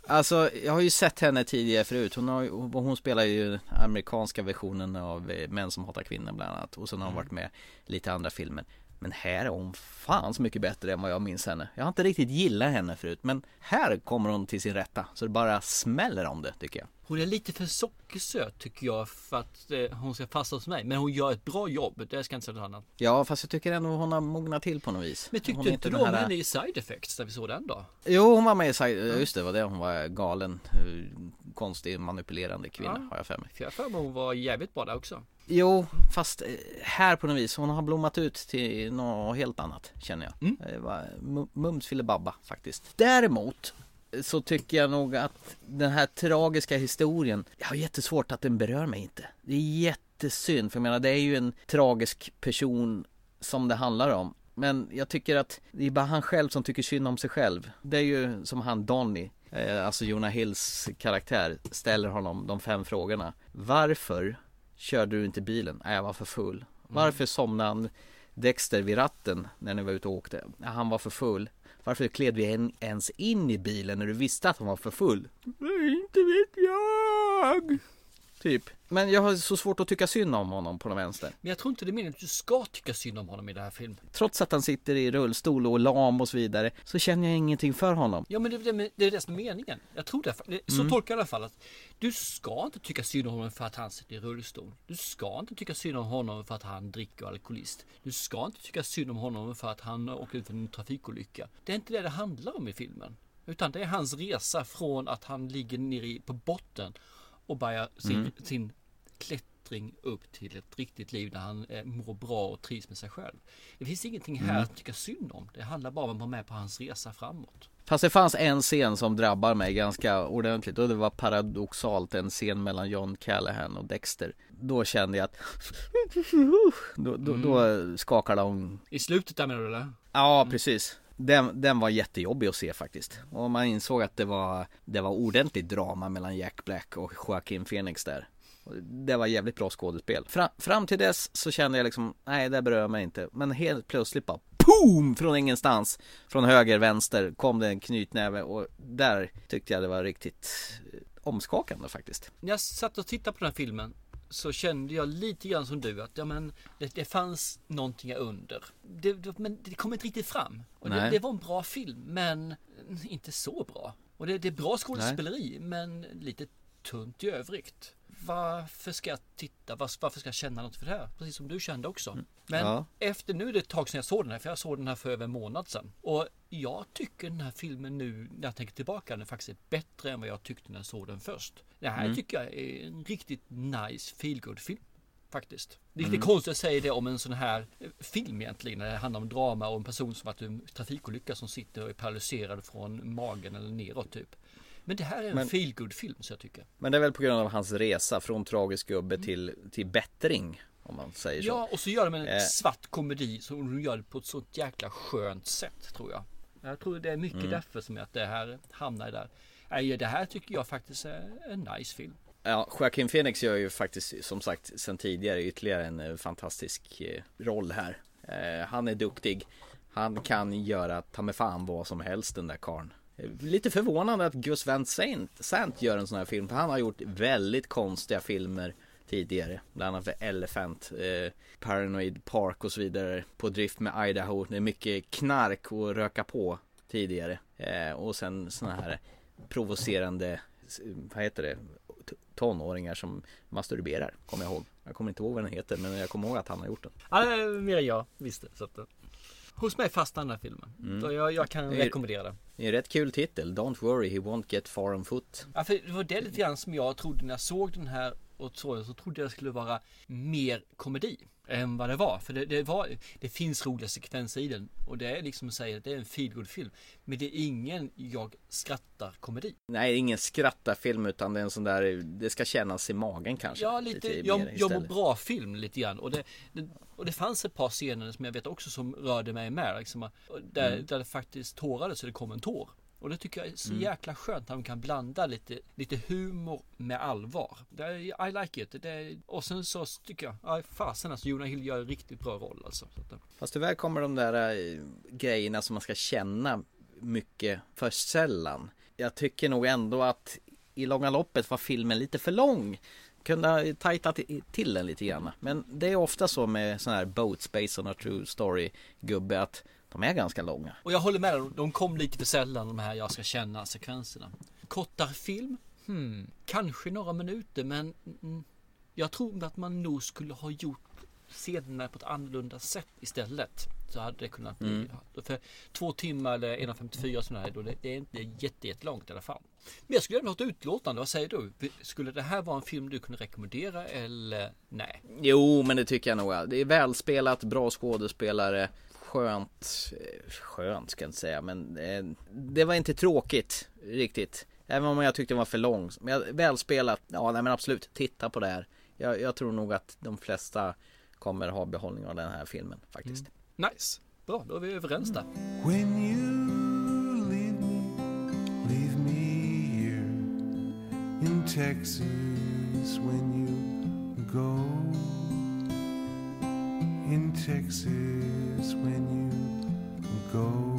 Alltså, jag har ju sett henne tidigare förut. Hon, har, hon spelar ju amerikanska versionen av Män som hatar kvinnor bland annat. Och sen har hon varit med lite andra filmer. Men här är hon fan så mycket bättre än vad jag minns henne. Jag har inte riktigt gillat henne förut, men här kommer hon till sin rätta. Så det bara smäller om det, tycker jag. Hon är lite för sockersöt, tycker jag, för att eh, hon ska passa hos mig. Men hon gör ett bra jobb, det ska inte säga något annat. Ja, fast jag tycker ändå hon har mognat till på något vis. Men tyckte hon inte du om här... henne i Side Effects där vi såg den då? Jo, hon var med i Side... Just det, var det. Hon var galen, konstig, manipulerande kvinna, ja. Har jag för mig. För jag för mig hon var jävligt bra där också. Jo, fast här på något vis, hon har blommat ut till något helt annat, känner jag. Mm. Det var mums filibabba faktiskt. Däremot så tycker jag nog att den här tragiska historien, jag har jättesvårt att den berör mig inte. Det är jättesynd, för jag menar, det är ju en tragisk person som det handlar om. Men jag tycker att det är bara han själv som tycker synd om sig själv. Det är ju som han Donnie, alltså Jonah Hills karaktär, ställer honom de fem frågorna. Varför körde du inte bilen? Nej, jag var för full. Varför somnade han Dexter vid ratten när ni var ute och åkte? Ja, han var för full. Varför kled vi en, ens in i bilen när du visste att han var för full? Nej, inte vet jag. Typ. Men jag har så svårt att tycka synd om honom på den vänster. Men jag tror inte det menar att du ska tycka synd om honom i den här filmen. Trots att han sitter i rullstol och lam och så vidare, så känner jag ingenting för honom. Ja, men det, det, det är det som är meningen. Jag tror det, det så mm. tolkar jag i alla fall att du ska inte tycka synd om honom för att han sitter i rullstol. Du ska inte tycka synd om honom för att han dricker alkoholist. Du ska inte tycka synd om honom för att han åker ut för en trafikolycka. Det är inte det det handlar om i filmen. Utan det är hans resa från att han ligger nere på botten och börjar sin, mm. sin klättring upp till ett riktigt liv där han eh, mår bra och trivs med sig själv. Det finns ingenting här mm. att tycka synd om. Det handlar bara om att vara med på hans resa framåt. Fast det fanns en scen som drabbar mig ganska ordentligt, och det var paradoxalt en scen mellan John Callahan och Dexter. Då kände jag att då, då, mm. då skakade hon. I slutet där, menar du det? Ja, mm. precis. Den, den var jättejobbig att se faktiskt. Och man insåg att det var, det var ordentligt drama mellan Jack Black och Joaquin Phoenix där. Och det var jävligt bra skådespel. Fram, fram till dess så kände jag liksom, nej, det berör mig inte. Men helt plötsligt bara, boom! Från ingenstans, från höger, vänster kom det en knytnäve. Och där tyckte jag det var riktigt omskakande faktiskt. När jag satt och tittade på den här filmen så kände jag lite grann som du, att ja, men det, det fanns någonting under. Det, det, men det kom inte riktigt fram. Och det, det var en bra film, men inte så bra. Och det, det är bra skådespeleri, Nej. men lite tunt i övrigt. Varför ska jag titta? Var, varför ska jag känna något för det här? Precis som du kände också. Mm. Men ja. efter nu är det ett tag sedan jag såg den här, för jag såg den här för över en månad sedan. Och jag tycker den här filmen nu, när jag tänker tillbaka, den faktiskt är bättre än vad jag tyckte när jag såg den först. Det här mm. tycker jag är en riktigt nice feel-good-film. Faktiskt. Det är mm. konstigt att säga det om en sån här film egentligen, när det handlar om drama och en person som varit i en trafikolycka som sitter och är paralyserad från magen eller neråt typ. Men det här är en men, feel-good-film, så jag tycker. Men det är väl på grund av hans resa från tragisk gubbe mm. till, till bättring, om man säger så. Ja, och så gör de en eh. svart komedi som de gör det på ett så jäkla skönt sätt, tror jag. Jag tror det är mycket mm. därför som att det här hamnar där. Nej, det här tycker jag faktiskt är en nice film. Ja, Joaquin Phoenix gör ju faktiskt, som sagt, sen tidigare ytterligare en fantastisk roll här. Eh, han är duktig. Han kan göra ta med fan vad som helst, den där karln. Lite förvånande att Gus Van Sant, Sant gör en sån här film, för han har gjort väldigt konstiga filmer tidigare, bland annat för Elephant, eh, Paranoid Park och så vidare, På drift med Idaho. Det är mycket knark och röka på tidigare, eh, och sen såna här provocerande, vad heter det, tonåringar som masturberar, kommer jag ihåg. Jag kommer inte ihåg vad den heter, men jag kommer ihåg att han har gjort den. Ja, mer jag visste, så att hos mig fastnar den här filmen. Mm. Så jag, jag kan rekommendera den. Det är en rätt kul titel. Don't worry, he won't get far on foot. Ja, för det var det lite grann som jag trodde när jag såg den här, och så, så trodde jag det skulle vara mer komedi än vad det var. För det, det, var, det finns roliga sekvenser i den, och det är liksom att säga att det är en feel-good-film. Men det är ingen jag skrattar komedi. Nej, ingen skrattar film, utan det är en sån där, det ska kännas i magen kanske. Ja, lite, lite jag, jag mår bra film lite grann. Och det, det, och det fanns ett par scener som jag vet också som rörde mig med. Liksom, där, mm. där det faktiskt tårade så det kom en tår. Och det tycker jag är så mm. jäkla skönt att de kan blanda lite, lite humor med allvar. Det är, I like it. Det är, och sen så tycker jag, ja, fasen, alltså Jonah Hill gör en riktigt bra roll alltså. Så att, fast tyvärr kommer de där äh, grejerna som man ska känna mycket för sällan. jag tycker nog ändå att i långa loppet var filmen lite för lång. Kunde ha tajtat till den lite grann. Men det är ofta så med sån här Boat Space on a True Story gubbe att de är ganska långa. Och jag håller med dig, de kom lite för sällan, de här jag ska känna sekvenserna. Kortare film? Hmm, kanske några minuter, men mm, jag tror att man nog skulle ha gjort scenerna på ett annorlunda sätt istället. Så hade det kunnat bli. Mm. För två timmar eller en komma femtiofyra sådana här, då det, det är inte jätte, jättelångt i alla fall. Men jag skulle gärna ha ett utlåtande. Vad säger du? Skulle det här vara en film du kunde rekommendera eller nej? Jo, men det tycker jag nog. Det är välspelat, bra skådespelare. Skönt, skönt ska jag inte säga, men det, det var inte tråkigt riktigt. Även om jag tyckte det var för lång. Men välspelat, ja nej, men absolut, titta på det här. Jag, jag tror nog att de flesta kommer ha behållning av den här filmen faktiskt. Mm. Nice, bra, då är vi överens där. When you leave me, leave me here in Texas. When you go in Texas, when you go.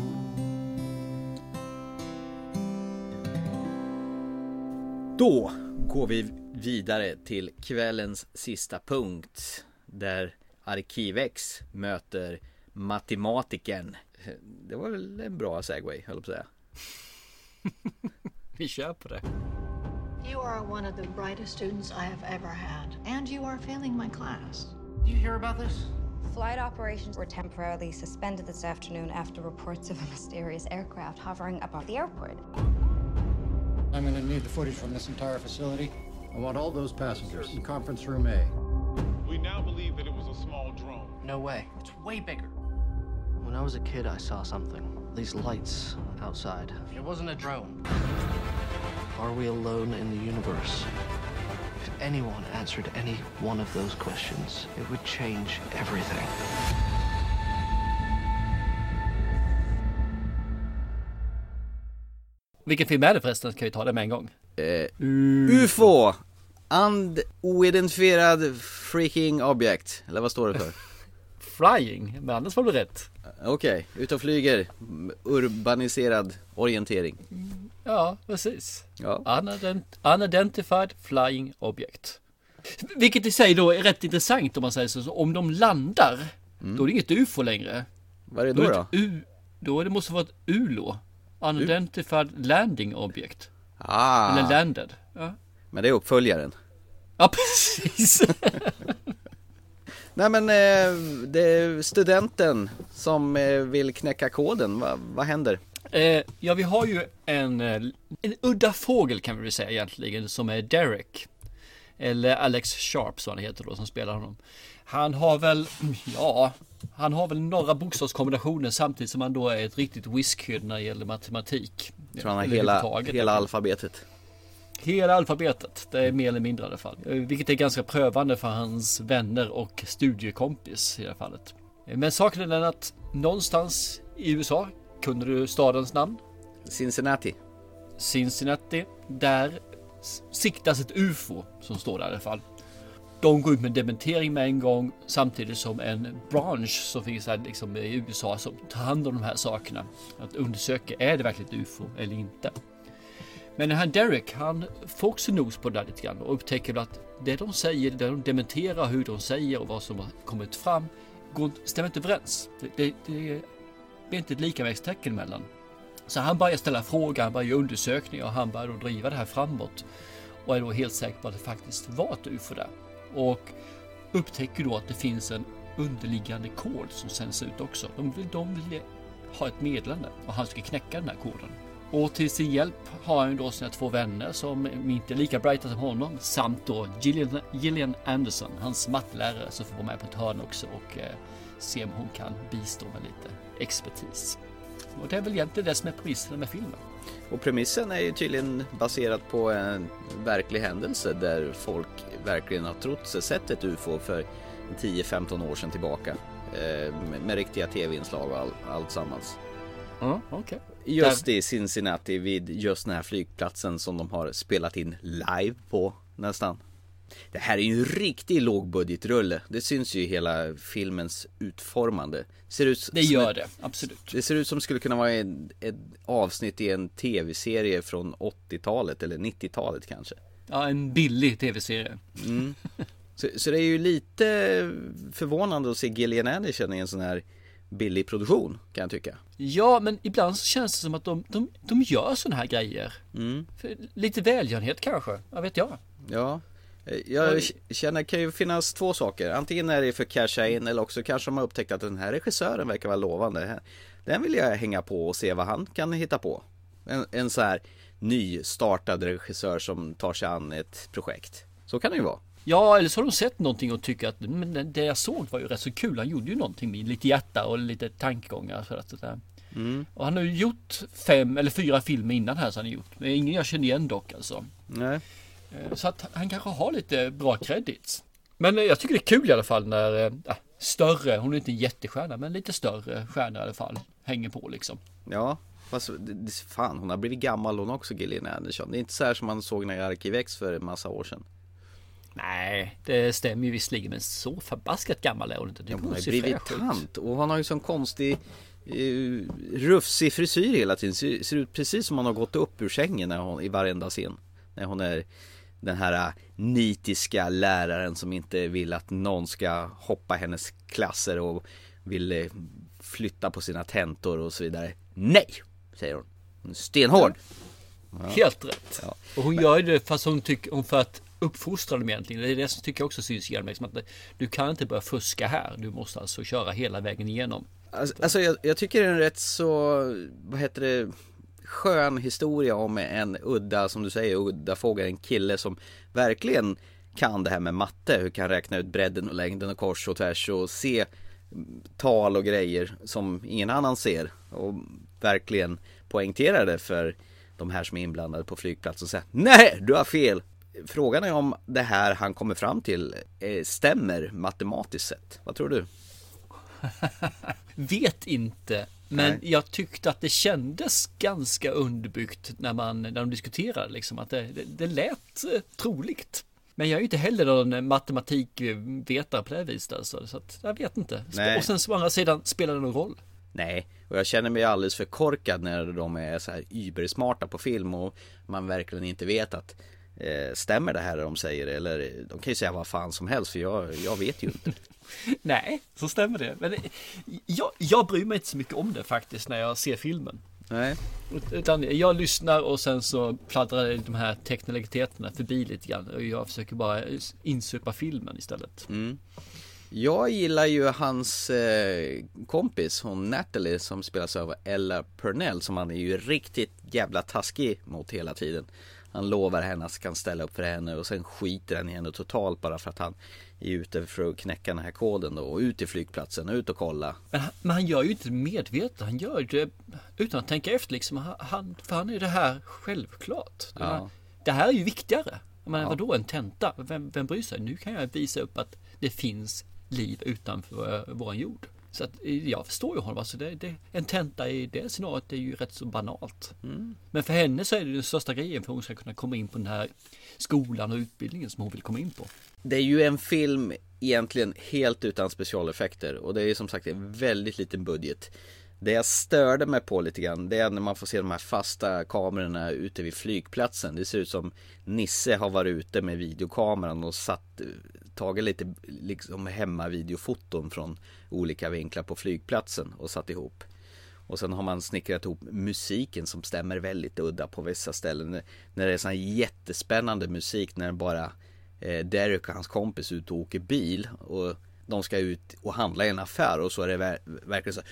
Då går vi vidare till kvällens sista punkt, där Arkivex möter matematiken. Det var väl en bra segway, höll jag på att säga. Vi kör på det. You are one of the brightest students I have ever had, and you are failing my class. Did you hear about this? Flight operations were temporarily suspended this afternoon after reports of a mysterious aircraft hovering above the airport. I'm going to need the footage from this entire facility. I want all those passengers in conference room A. We now believe that it was a small drone. No way. It's way bigger. When I was a kid, I saw something. These lights outside. It wasn't a drone. Are we alone in the universe? If anyone answered any one of those questions, it would change everything. Vilken film är det förresten? Kan vi ta det med en gång? Uh, U F O! Unidentified freaking object. Eller vad står det för? Flying, men annars var det rätt. Okej, okay. Ut och flyger. Urbaniserad orientering. Ja, precis. Ja. Unident- unidentified flying object. Vilket i sig då är rätt intressant om man säger så. så om de landar, mm. då är det inget U F O längre. Vad är det då då? Då, U- då är det måste vara ett U L O. Unidentified U- landing object. Ah. Eller landed. Ja. Men det är uppföljaren. Ja, precis. Nej, men eh, det är studenten som eh, vill knäcka koden. Va, vad händer? Eh, ja, vi har ju en, en udda fågel kan vi väl säga egentligen, som är Derek. Eller Alex Sharp som han heter då, som spelar honom. Han har väl, ja, han har väl några bokstavskombinationer samtidigt som han då är ett riktigt whisky när det gäller matematik. Jag tror han har hela, hela alfabetet. Hela alfabetet, det är mer eller mindre i alla fall. Vilket är ganska prövande för hans vänner och studiekompis i det här fallet. Men saken är den att någonstans i U S A, kunde du stadens namn? Cincinnati. Cincinnati, där siktas ett U F O som står där i alla fall. De går ut med dementering med en gång, samtidigt som en bransch som finns här liksom i U S A som tar hand om de här sakerna. Att undersöka, är det verkligen ett U F O eller inte? Men den här Derek, han får också nos på det där lite grann och upptäcker att det de säger, det de dementerar, hur de säger och vad som har kommit fram går, stämmer inte överens. Det, det, det är inte ett likavägstecken mellan. Så han börjar ställa frågor, han börjar göra undersökningar och han börjar då driva det här framåt och är då helt säker på att det faktiskt var ett U F O där. Och upptäcker då att det finns en underliggande kod som sänds ut också. De vill, de vill ha ett meddelande och han ska knäcka den här koden. Och till sin hjälp har han då sina två vänner som inte är lika brighta som honom, samt då Gillian, Gillian Anderson, hans mattelärare, som får vara med på ett hörn också och eh, se om hon kan bistå med lite expertis. Och det är väl egentligen det som är premissen med filmen. Och premissen är ju tydligen baserad på en verklig händelse där folk verkligen har trott sig sett ett U F O för tio femton år sedan tillbaka. Eh, med, med riktiga tv-inslag och all, allt sammans. Mm, okay. Just i Cincinnati vid just den här flygplatsen som de har spelat in live på nästan. Det här är ju en riktig lågbudgetrulle. Det syns ju i hela filmens utformande. Ser ut det gör det, absolut. Det ser ut som skulle kunna vara ett, ett avsnitt i en tv-serie från åttiotalet eller nittiotalet kanske. Ja, en billig tv-serie. Mm. Så, så det är ju lite förvånande att se Gillian Anderson i en sån här billig produktion, kan jag tycka. Ja, men ibland så känns det som att de, de, de gör såna här grejer. Mm. För lite välgörenhet kanske, jag vet jag. Ja, jag känner det kan ju finnas två saker. Antingen är det för casha in eller också kanske de har upptäckt att den här regissören verkar vara lovande. Den vill jag hänga på och se vad han kan hitta på. En, en så här nystartad regissör som tar sig an ett projekt. Så kan det ju vara. Ja, eller så har de sett någonting och tycker att men det jag såg var ju rätt så kul. Han gjorde ju någonting med lite hjärta och lite tankegångar. För att, sådär. Mm. Och han har ju gjort fem eller fyra filmer innan här så han har gjort. Men ingen jag känner igen dock alltså. Nej. Så att han kanske har lite bra credits. Men jag tycker det är kul i alla fall när äh, större, hon är inte en jättestjärna men lite större stjärna i alla fall hänger på liksom. Ja, fast fan hon har blivit gammal hon också, Gillian Anderson. Det är inte så här som man såg när Arkivex för en massa år sedan. Nej, det stämmer ju visserligen, men så förbaskat gammal är hon inte. Ja, hon har blivit tant och hon har ju sån konstig uh, rufsig frisyr hela tiden. Ser, ser ut precis som hon har gått upp ur sängen när hon, i varenda scen. När hon är den här nitiska läraren som inte vill att någon ska hoppa hennes klasser och vill flytta på sina tentor och så vidare. Nej, säger hon. Hon är stenhård. Ja. Helt rätt. Ja. Och hon gör det fast hon tycker hon för att uppfostra dem egentligen. Det är det som tycker jag också syns igenom. Liksom att du kan inte börja fuska här. Du måste alltså köra hela vägen igenom. Alltså, alltså jag, jag tycker det är en rätt så, vad heter det, skön historia om en udda, som du säger, udda fågel, en kille som verkligen kan det här med matte, hur kan räkna ut bredden och längden och kors och tvärs och se tal och grejer som ingen annan ser och verkligen poängterar det för de här som är inblandade på flygplats och säger nej, du har fel. Frågan är om det här han kommer fram till stämmer matematiskt sett. Vad tror du? Vet inte. Men Nej. jag tyckte att det kändes ganska underbyggt när man när de diskuterade liksom, att det, det, det lät eh, troligt. Men jag är ju inte heller någon matematikvetare på det här viset alltså, så att jag vet inte. Nej. Och sen så å andra sidan spelar det någon roll. Nej, och jag känner mig alldeles för korkad när de är så här ybersmarta på film och man verkligen inte vet att eh, stämmer det här de säger, eller de kan ju säga vad fan som helst för jag, jag vet ju inte. Nej, så stämmer det. Men jag, jag bryr mig inte så mycket om det faktiskt när jag ser filmen. Nej. Utan jag lyssnar och sen så pladdrar de här teknikaliteterna förbi lite grann och jag försöker bara insupa filmen istället. Mm. Jag gillar ju hans eh, kompis, hon Natalie som spelas av Ella Purnell, som han är ju riktigt jävla taskig mot hela tiden. Han lovar henne att han kan ställa upp för henne och sen skiter han i henne totalt bara för att han är ute för att knäcka den här koden då, och ut i flygplatsen och ut och kolla. Men han, men han gör ju inte medvetet, han gör det utan att tänka efter liksom. Han, för han är det här självklart. Det, ja. här, det här är ju viktigare. Men ja. vadå en tenta? Vem, vem bryr sig? Nu kan jag visa upp att det finns liv utanför vår jord. Så att jag förstår ju honom. Alltså det, det, en tenta i det scenariot är ju rätt så banalt. Mm. Men för henne så är det den största grejen för att hon ska kunna komma in på den här skolan och utbildningen som hon vill komma in på. Det är ju en film egentligen helt utan specialeffekter. Och det är som sagt en väldigt liten budget. Det jag störde mig på lite grann, det är när man får se de här fasta kamerorna ute vid flygplatsen. Det ser ut som Nisse har varit ute med videokameran och satt, tagit lite liksom hemmavideofoton från olika vinklar på flygplatsen och satt ihop. Och sen har man snickrat ihop musiken som stämmer väldigt udda på vissa ställen. När det är sån här jättespännande musik när bara eh, Derek och hans kompis ut och åker bil och de ska ut och handla i en affär och så är det ver- verkligen så här,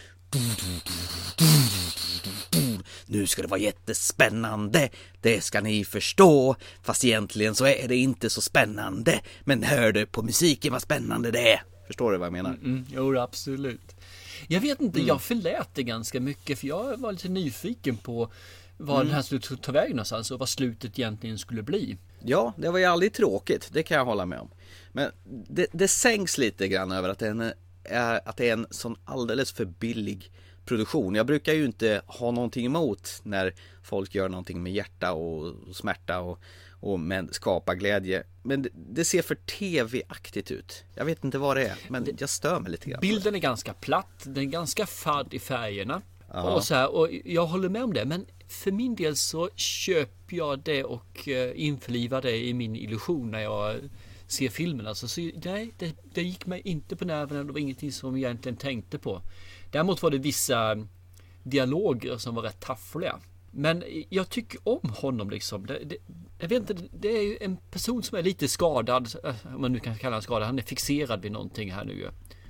nu ska det vara jättespännande, det ska ni förstå, fast egentligen så är det inte så spännande, men hör du på musiken vad spännande det är. Förstår du vad jag menar? Mm, mm, jo, absolut. Jag vet inte, mm. jag förlät det ganska mycket för jag var lite nyfiken på vad mm. den här slutet ta vägen någonstans och vad slutet egentligen skulle bli. Ja, det var ju aldrig tråkigt, det kan jag hålla med om. Men det, det sänks lite grann över att det, är en, är, att det är en sån alldeles för billig produktion. Jag brukar ju inte ha någonting emot när folk gör någonting med hjärta och, och smärta och, och med skapa glädje. Men det, det ser för tv-aktigt ut. Jag vet inte vad det är, men jag stör mig lite grann. Bilden är ganska platt, den är ganska fadd i färgerna. Ja. Och, så här, och jag håller med om det, men för min del så köper jag det och införlivar det i min illusion när jag ser filmen. Alltså, så, nej, det, det gick mig inte på nerverna, det var ingenting som jag egentligen tänkte på. Däremot var det vissa dialoger som var rätt taffliga. Men jag tycker om honom liksom. Det, det, jag vet inte, det är ju en person som är lite skadad, om man nu kan kalla honom skadad. Han är fixerad vid någonting här nu.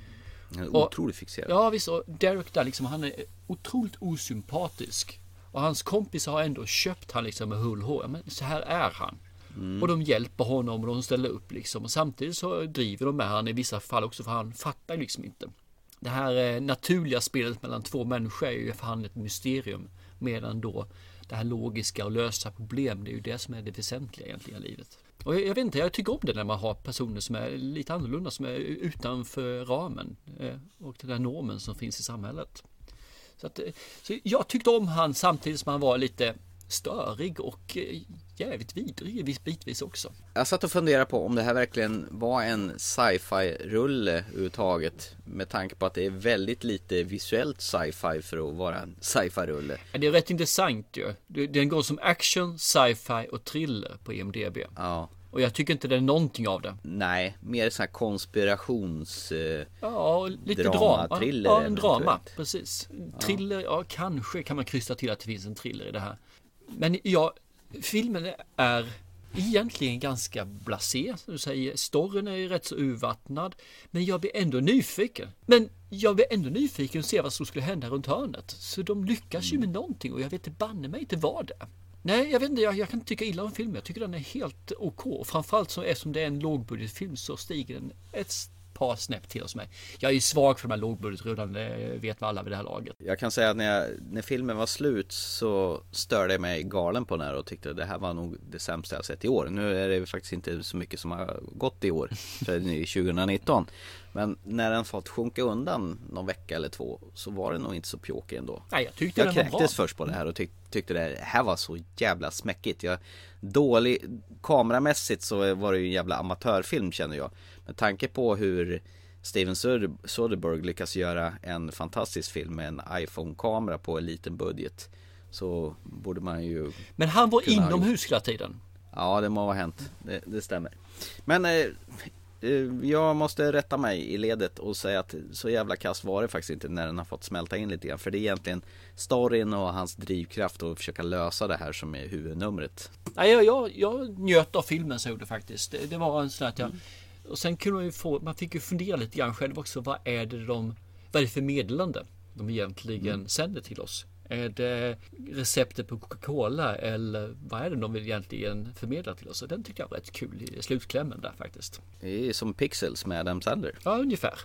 Han är otroligt fixerad. Ja visst, och Derek där liksom, han är otroligt osympatisk. Och hans kompis har ändå köpt han liksom med hull hår. Men så här är han. Mm. Och de hjälper honom och de ställer upp liksom. Och samtidigt så driver de med han i vissa fall också, för han fattar liksom inte. Det här naturliga spelet mellan två människor är ju för han ett mysterium. Medan då det här logiska och lösa problem, det är ju det som är det väsentliga egentligen i livet. Och jag, jag vet inte, jag tycker om det när man har personer som är lite annorlunda, som är utanför ramen eh, och den där normen som finns i samhället. Så, att, så jag tyckte om han samtidigt som han var lite störig och eh, jävligt vidrig bitvis också. Jag satt och funderade på om det här verkligen var en sci-fi-rulle överhuvudtaget, med tanke på att det är väldigt lite visuellt sci-fi för att vara en sci-fi-rulle. Ja, det är rätt intressant ju. Den går som action, sci-fi och thriller på I M D B. Ja. Och jag tycker inte det är någonting av det. Nej, mer sån här konspirations eh, ja, lite drama, drama. thriller. Ja, en drama, precis. Thriller, ja. ja, kanske kan man krysta till att det finns en thriller i det här. Men ja, filmen är egentligen ganska blasé, som du säger. Storyn är ju rätt så urvattnad, men jag blir ändå nyfiken. Men jag blir ändå nyfiken och se vad som skulle hända runt hörnet. Så de lyckas ju med någonting och jag vet inte banne mig inte vad det är. Nej, jag vet inte, jag, jag kan tycka illa om filmen. Jag tycker den är helt OK. Och framförallt så eftersom det är en lågbudgetfilm så stiger den ett par snäpp till hos mig. Jag är ju svag för de här lågbudgetrullarna, det vet vi alla vid det här laget. Jag kan säga att när, jag, när filmen var slut så störde jag mig galen på den här och tyckte att det här var nog det sämsta jag sett i år. Nu är det faktiskt inte så mycket som har gått i år, för det är tjugonitton. Men när den fått sjunka undan någon vecka eller två så var det nog inte så pjåkig ändå. Nej, jag tyckte jag den var bra. kräktes först på det här och tyck, tyckte det här var så jävla smäckigt. Jag, dålig, kameramässigt så var det ju en jävla amatörfilm, känner jag. Med tanke på hur Steven Soderbergh lyckas göra en fantastisk film med en iPhone-kamera på en liten budget, så borde man ju... Men han var inomhus hela tiden. Ja, det må ha hänt. Det, det stämmer. Men eh, jag måste rätta mig i ledet och säga att så jävla kass var det faktiskt inte när den har fått smälta in lite grann. För det är egentligen storyn och hans drivkraft att försöka lösa det här som är huvudnumret. Nej, jag, jag, jag njöt av filmen så gjorde faktiskt. Det, det var en sån att jag... Mm. Och sen kunde man ju få, man fick ju fundera lite grann själv också, vad är det de, vad är det för meddelande de egentligen mm. sänder till oss? Är det receptet på Coca-Cola eller vad är det de vill egentligen förmedla till oss? Och den tyckte jag var rätt kul i slutklämmen där faktiskt. Det är som Pixels med Adam Sandler. Ja, ungefär.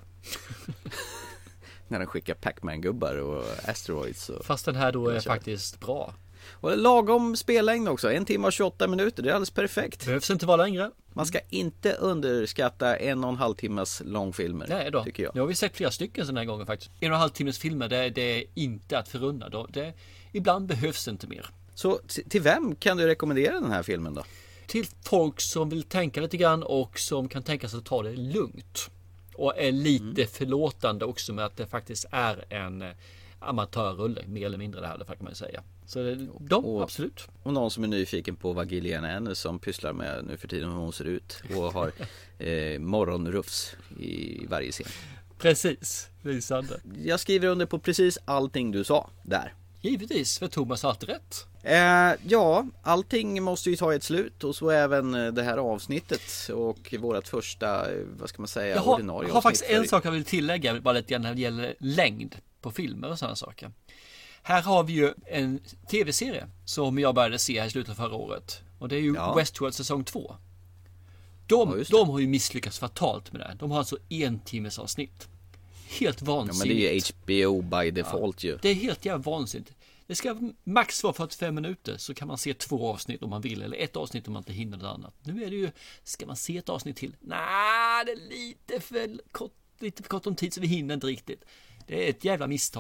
När den skickar Pac-Man-gubbar och asteroids. Och... Fast den här då är faktiskt bra. Och lagom spellängd också, en timme och tjugoåtta minuter, det är alldeles perfekt. Behövs inte vara längre. Man ska inte underskatta en och en halv timmas långfilmer. Nej då, tycker jag. Nu har vi sett flera stycken den här gången faktiskt. En och en halv timmes filmer, det, det är inte att förunna då. Det, ibland behövs det inte mer. Så till vem kan du rekommendera den här filmen då? Till folk som vill tänka lite grann och som kan tänka sig att ta det lugnt. Och är lite mm. förlåtande också med att det faktiskt är en amatörrulle, mer eller mindre det här, det kan man säga. Så de, och, absolut. Och någon som är nyfiken på vad Gillian Anderson pysslar med nu för tiden, hur hon ser ut och har eh, morgonrufs i varje scen. Precis, visande. Jag skriver under på precis allting du sa där. Givetvis, för Thomas har alltid rätt. Eh, ja, allting måste ju ta ett slut, och så även det här avsnittet och vårat första, vad ska man säga, jag har, ordinarie Jag har faktiskt en för... sak jag vill tillägga, bara lite grann när det gäller längd på filmer och sådana saker. Här har vi ju en tv-serie som jag började se här i slutet av förra året. Och det är ju ja. Westworld säsong två. De, ja, de har ju misslyckats fatalt med det här. De har alltså en timmes avsnitt. Helt vansinnigt. Ja, men det är ju H B O by default ja. ju. Det är helt jävla vansinnigt. Det ska max vara fyrtiofem minuter, så kan man se två avsnitt om man vill, eller ett avsnitt om man inte hinner något annat. Nu är det ju, ska man se ett avsnitt till? Nej, det är lite för kort, lite för kort om tid så vi hinner inte riktigt. Det är ett jävla misstag.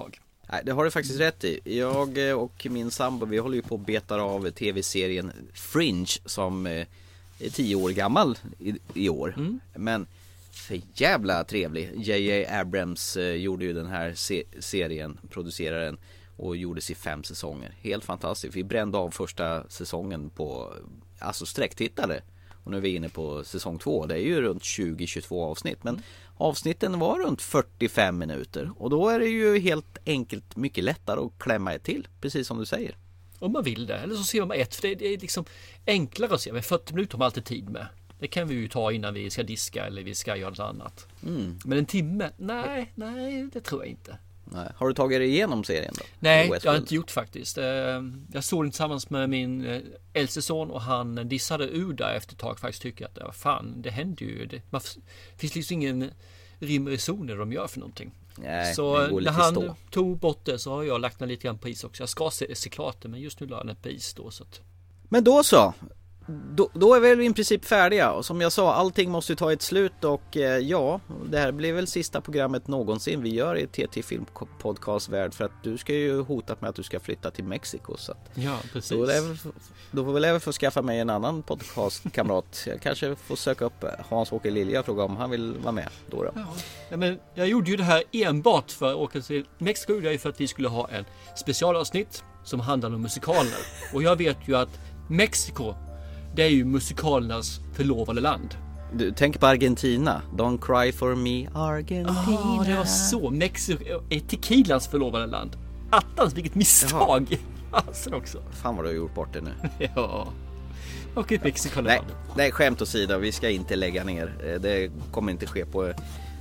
Nej, det har du faktiskt rätt i. Jag och min sambo, vi håller ju på att betar av tv-serien Fringe som är tio år gammal i, i år. Mm. Men för jävla trevlig. J J Abrams eh, gjorde ju den här se- serien, producerade den och gjordes i fem säsonger. Helt fantastiskt. Vi brände av första säsongen på, alltså sträcktittare. Och nu är vi inne på säsong två. Det är ju runt tjugo till tjugotvå avsnitt. Men mm. avsnitten var runt fyrtiofem minuter. Och då är det ju helt enkelt mycket lättare att klämma ett till. Precis som du säger. Om man vill det. Eller så ser man ett. För det är liksom enklare att se. Men fyrtio minuter har man alltid tid med. Det kan vi ju ta innan vi ska diska eller vi ska göra något annat. Mm. Men en timme? Nej, nej, det tror jag inte. Nej. Har du tagit dig igenom serien då? Nej, jag har inte gjort faktiskt. Jag såg den tillsammans med min äldste son och han dissade ur där efter ett tag. Faktiskt tycker att fan, det händer ju. Det man, finns liksom ingen rim och reson när de gör för någonting. Nej, så när han stå. tog bort det så har jag lagt den lite grann på is också. Jag ska se, se klart det, men just nu la jag den på is då. Så att... Men då så. Då, då är vi väl i princip färdiga och som jag sa, allting måste ju ta ett slut och eh, ja, det här blir väl sista programmet någonsin vi gör i T T Film Podcast värld för att du ska ju hotat med att du ska flytta till Mexiko så att ja, precis. Då, väl, då får väl jag få skaffa mig en annan podcastkamrat. Jag kanske får söka upp Hans-Åke Lilja och fråga om han vill vara med då då. Ja. Ja, men jag gjorde ju det här enbart för att åka till Mexiko för att vi skulle ha en specialavsnitt som handlar om musikaler och jag vet ju att Mexiko, det är ju musikalernas förlovade land. Du tänker på Argentina. Don't cry for me, Argentina. Ja, oh, det var så. Mexiko är tequilans förlovade land. Attans, vilket misstag. Alltså också. Fan vad du har gjort bort det nu. Ja. Och ett Mexiko. Nej, nej, skämt åsida. Vi ska inte lägga ner. Det kommer inte ske på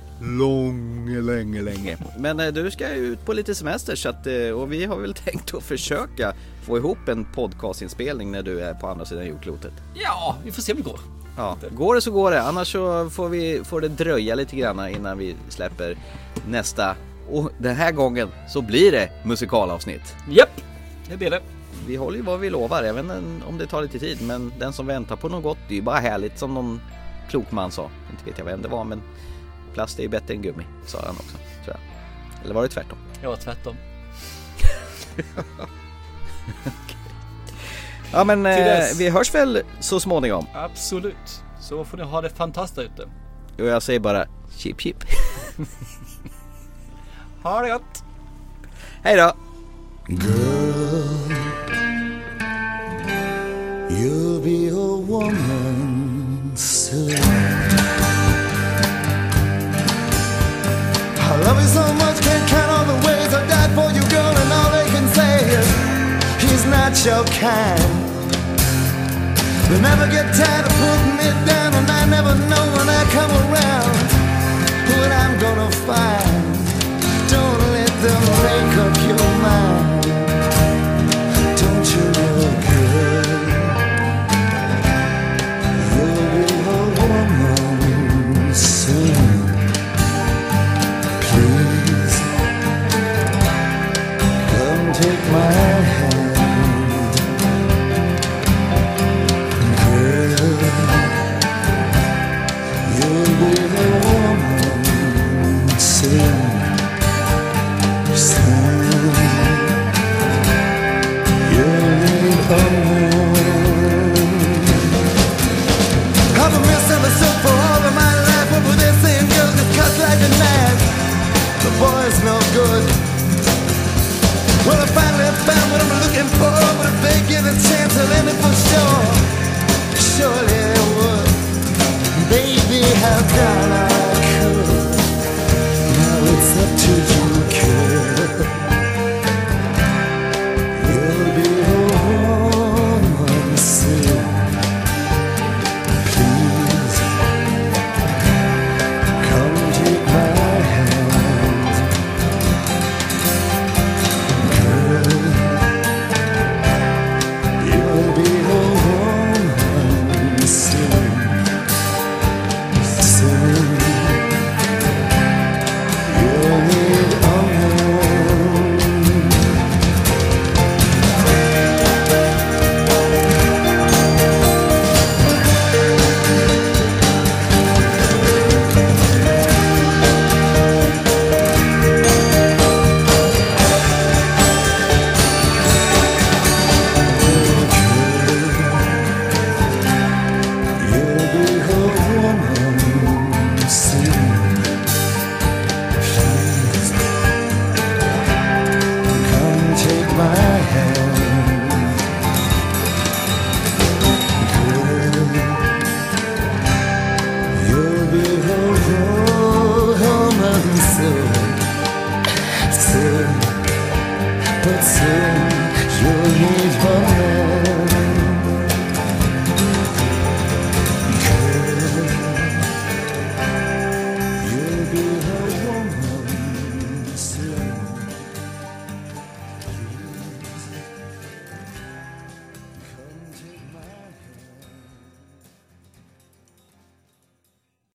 långt, länge, länge. Men du ska ut på lite semester så att, och vi har väl tänkt att försöka få ihop en podcastinspelning när du är på andra sidan jordklotet. Ja, vi får se om det går. Ja, går det så går det. Annars så får, vi, får det dröja lite grann innan vi släpper nästa. Och den här gången så blir det musikalavsnitt. Japp, det blir det. Vi håller ju vad vi lovar, även om det tar lite tid. Men den som väntar på något gott, det är ju bara härligt som någon klok man sa. Inte vet jag vem det var, men plast är ju bättre än gummi, sa han också, tror jag. Eller var det tvärtom? Jag var tvärtom. Okay. Ja, men eh, vi hörs väl så småningom. Absolut. Så får ni ha det fantastiskt ute. Och jag säger bara chip chip. Ha det gott. Hej då. Girl, you'll be a woman soon. I love you so much, can't count all the ways I died for you, girl, and all they can say is he's not your kind. They never get tired of putting me down, and I never know when I come around what I'm gonna find. Don't let them make up your mind. Don't you know, girl, you'll be a woman soon. Please, come take my hand. Girl, you'll be a woman soon. Soon, you'll be a woman. I've been misunderstood for all of my life. What were they saying? Girl, just cut like a knife. The boy's no good. Well, I finally found what I'm looking for, but if they give a chance, I'll end it for sure. Surely they would. Baby, how done I could. Now it's quit soon.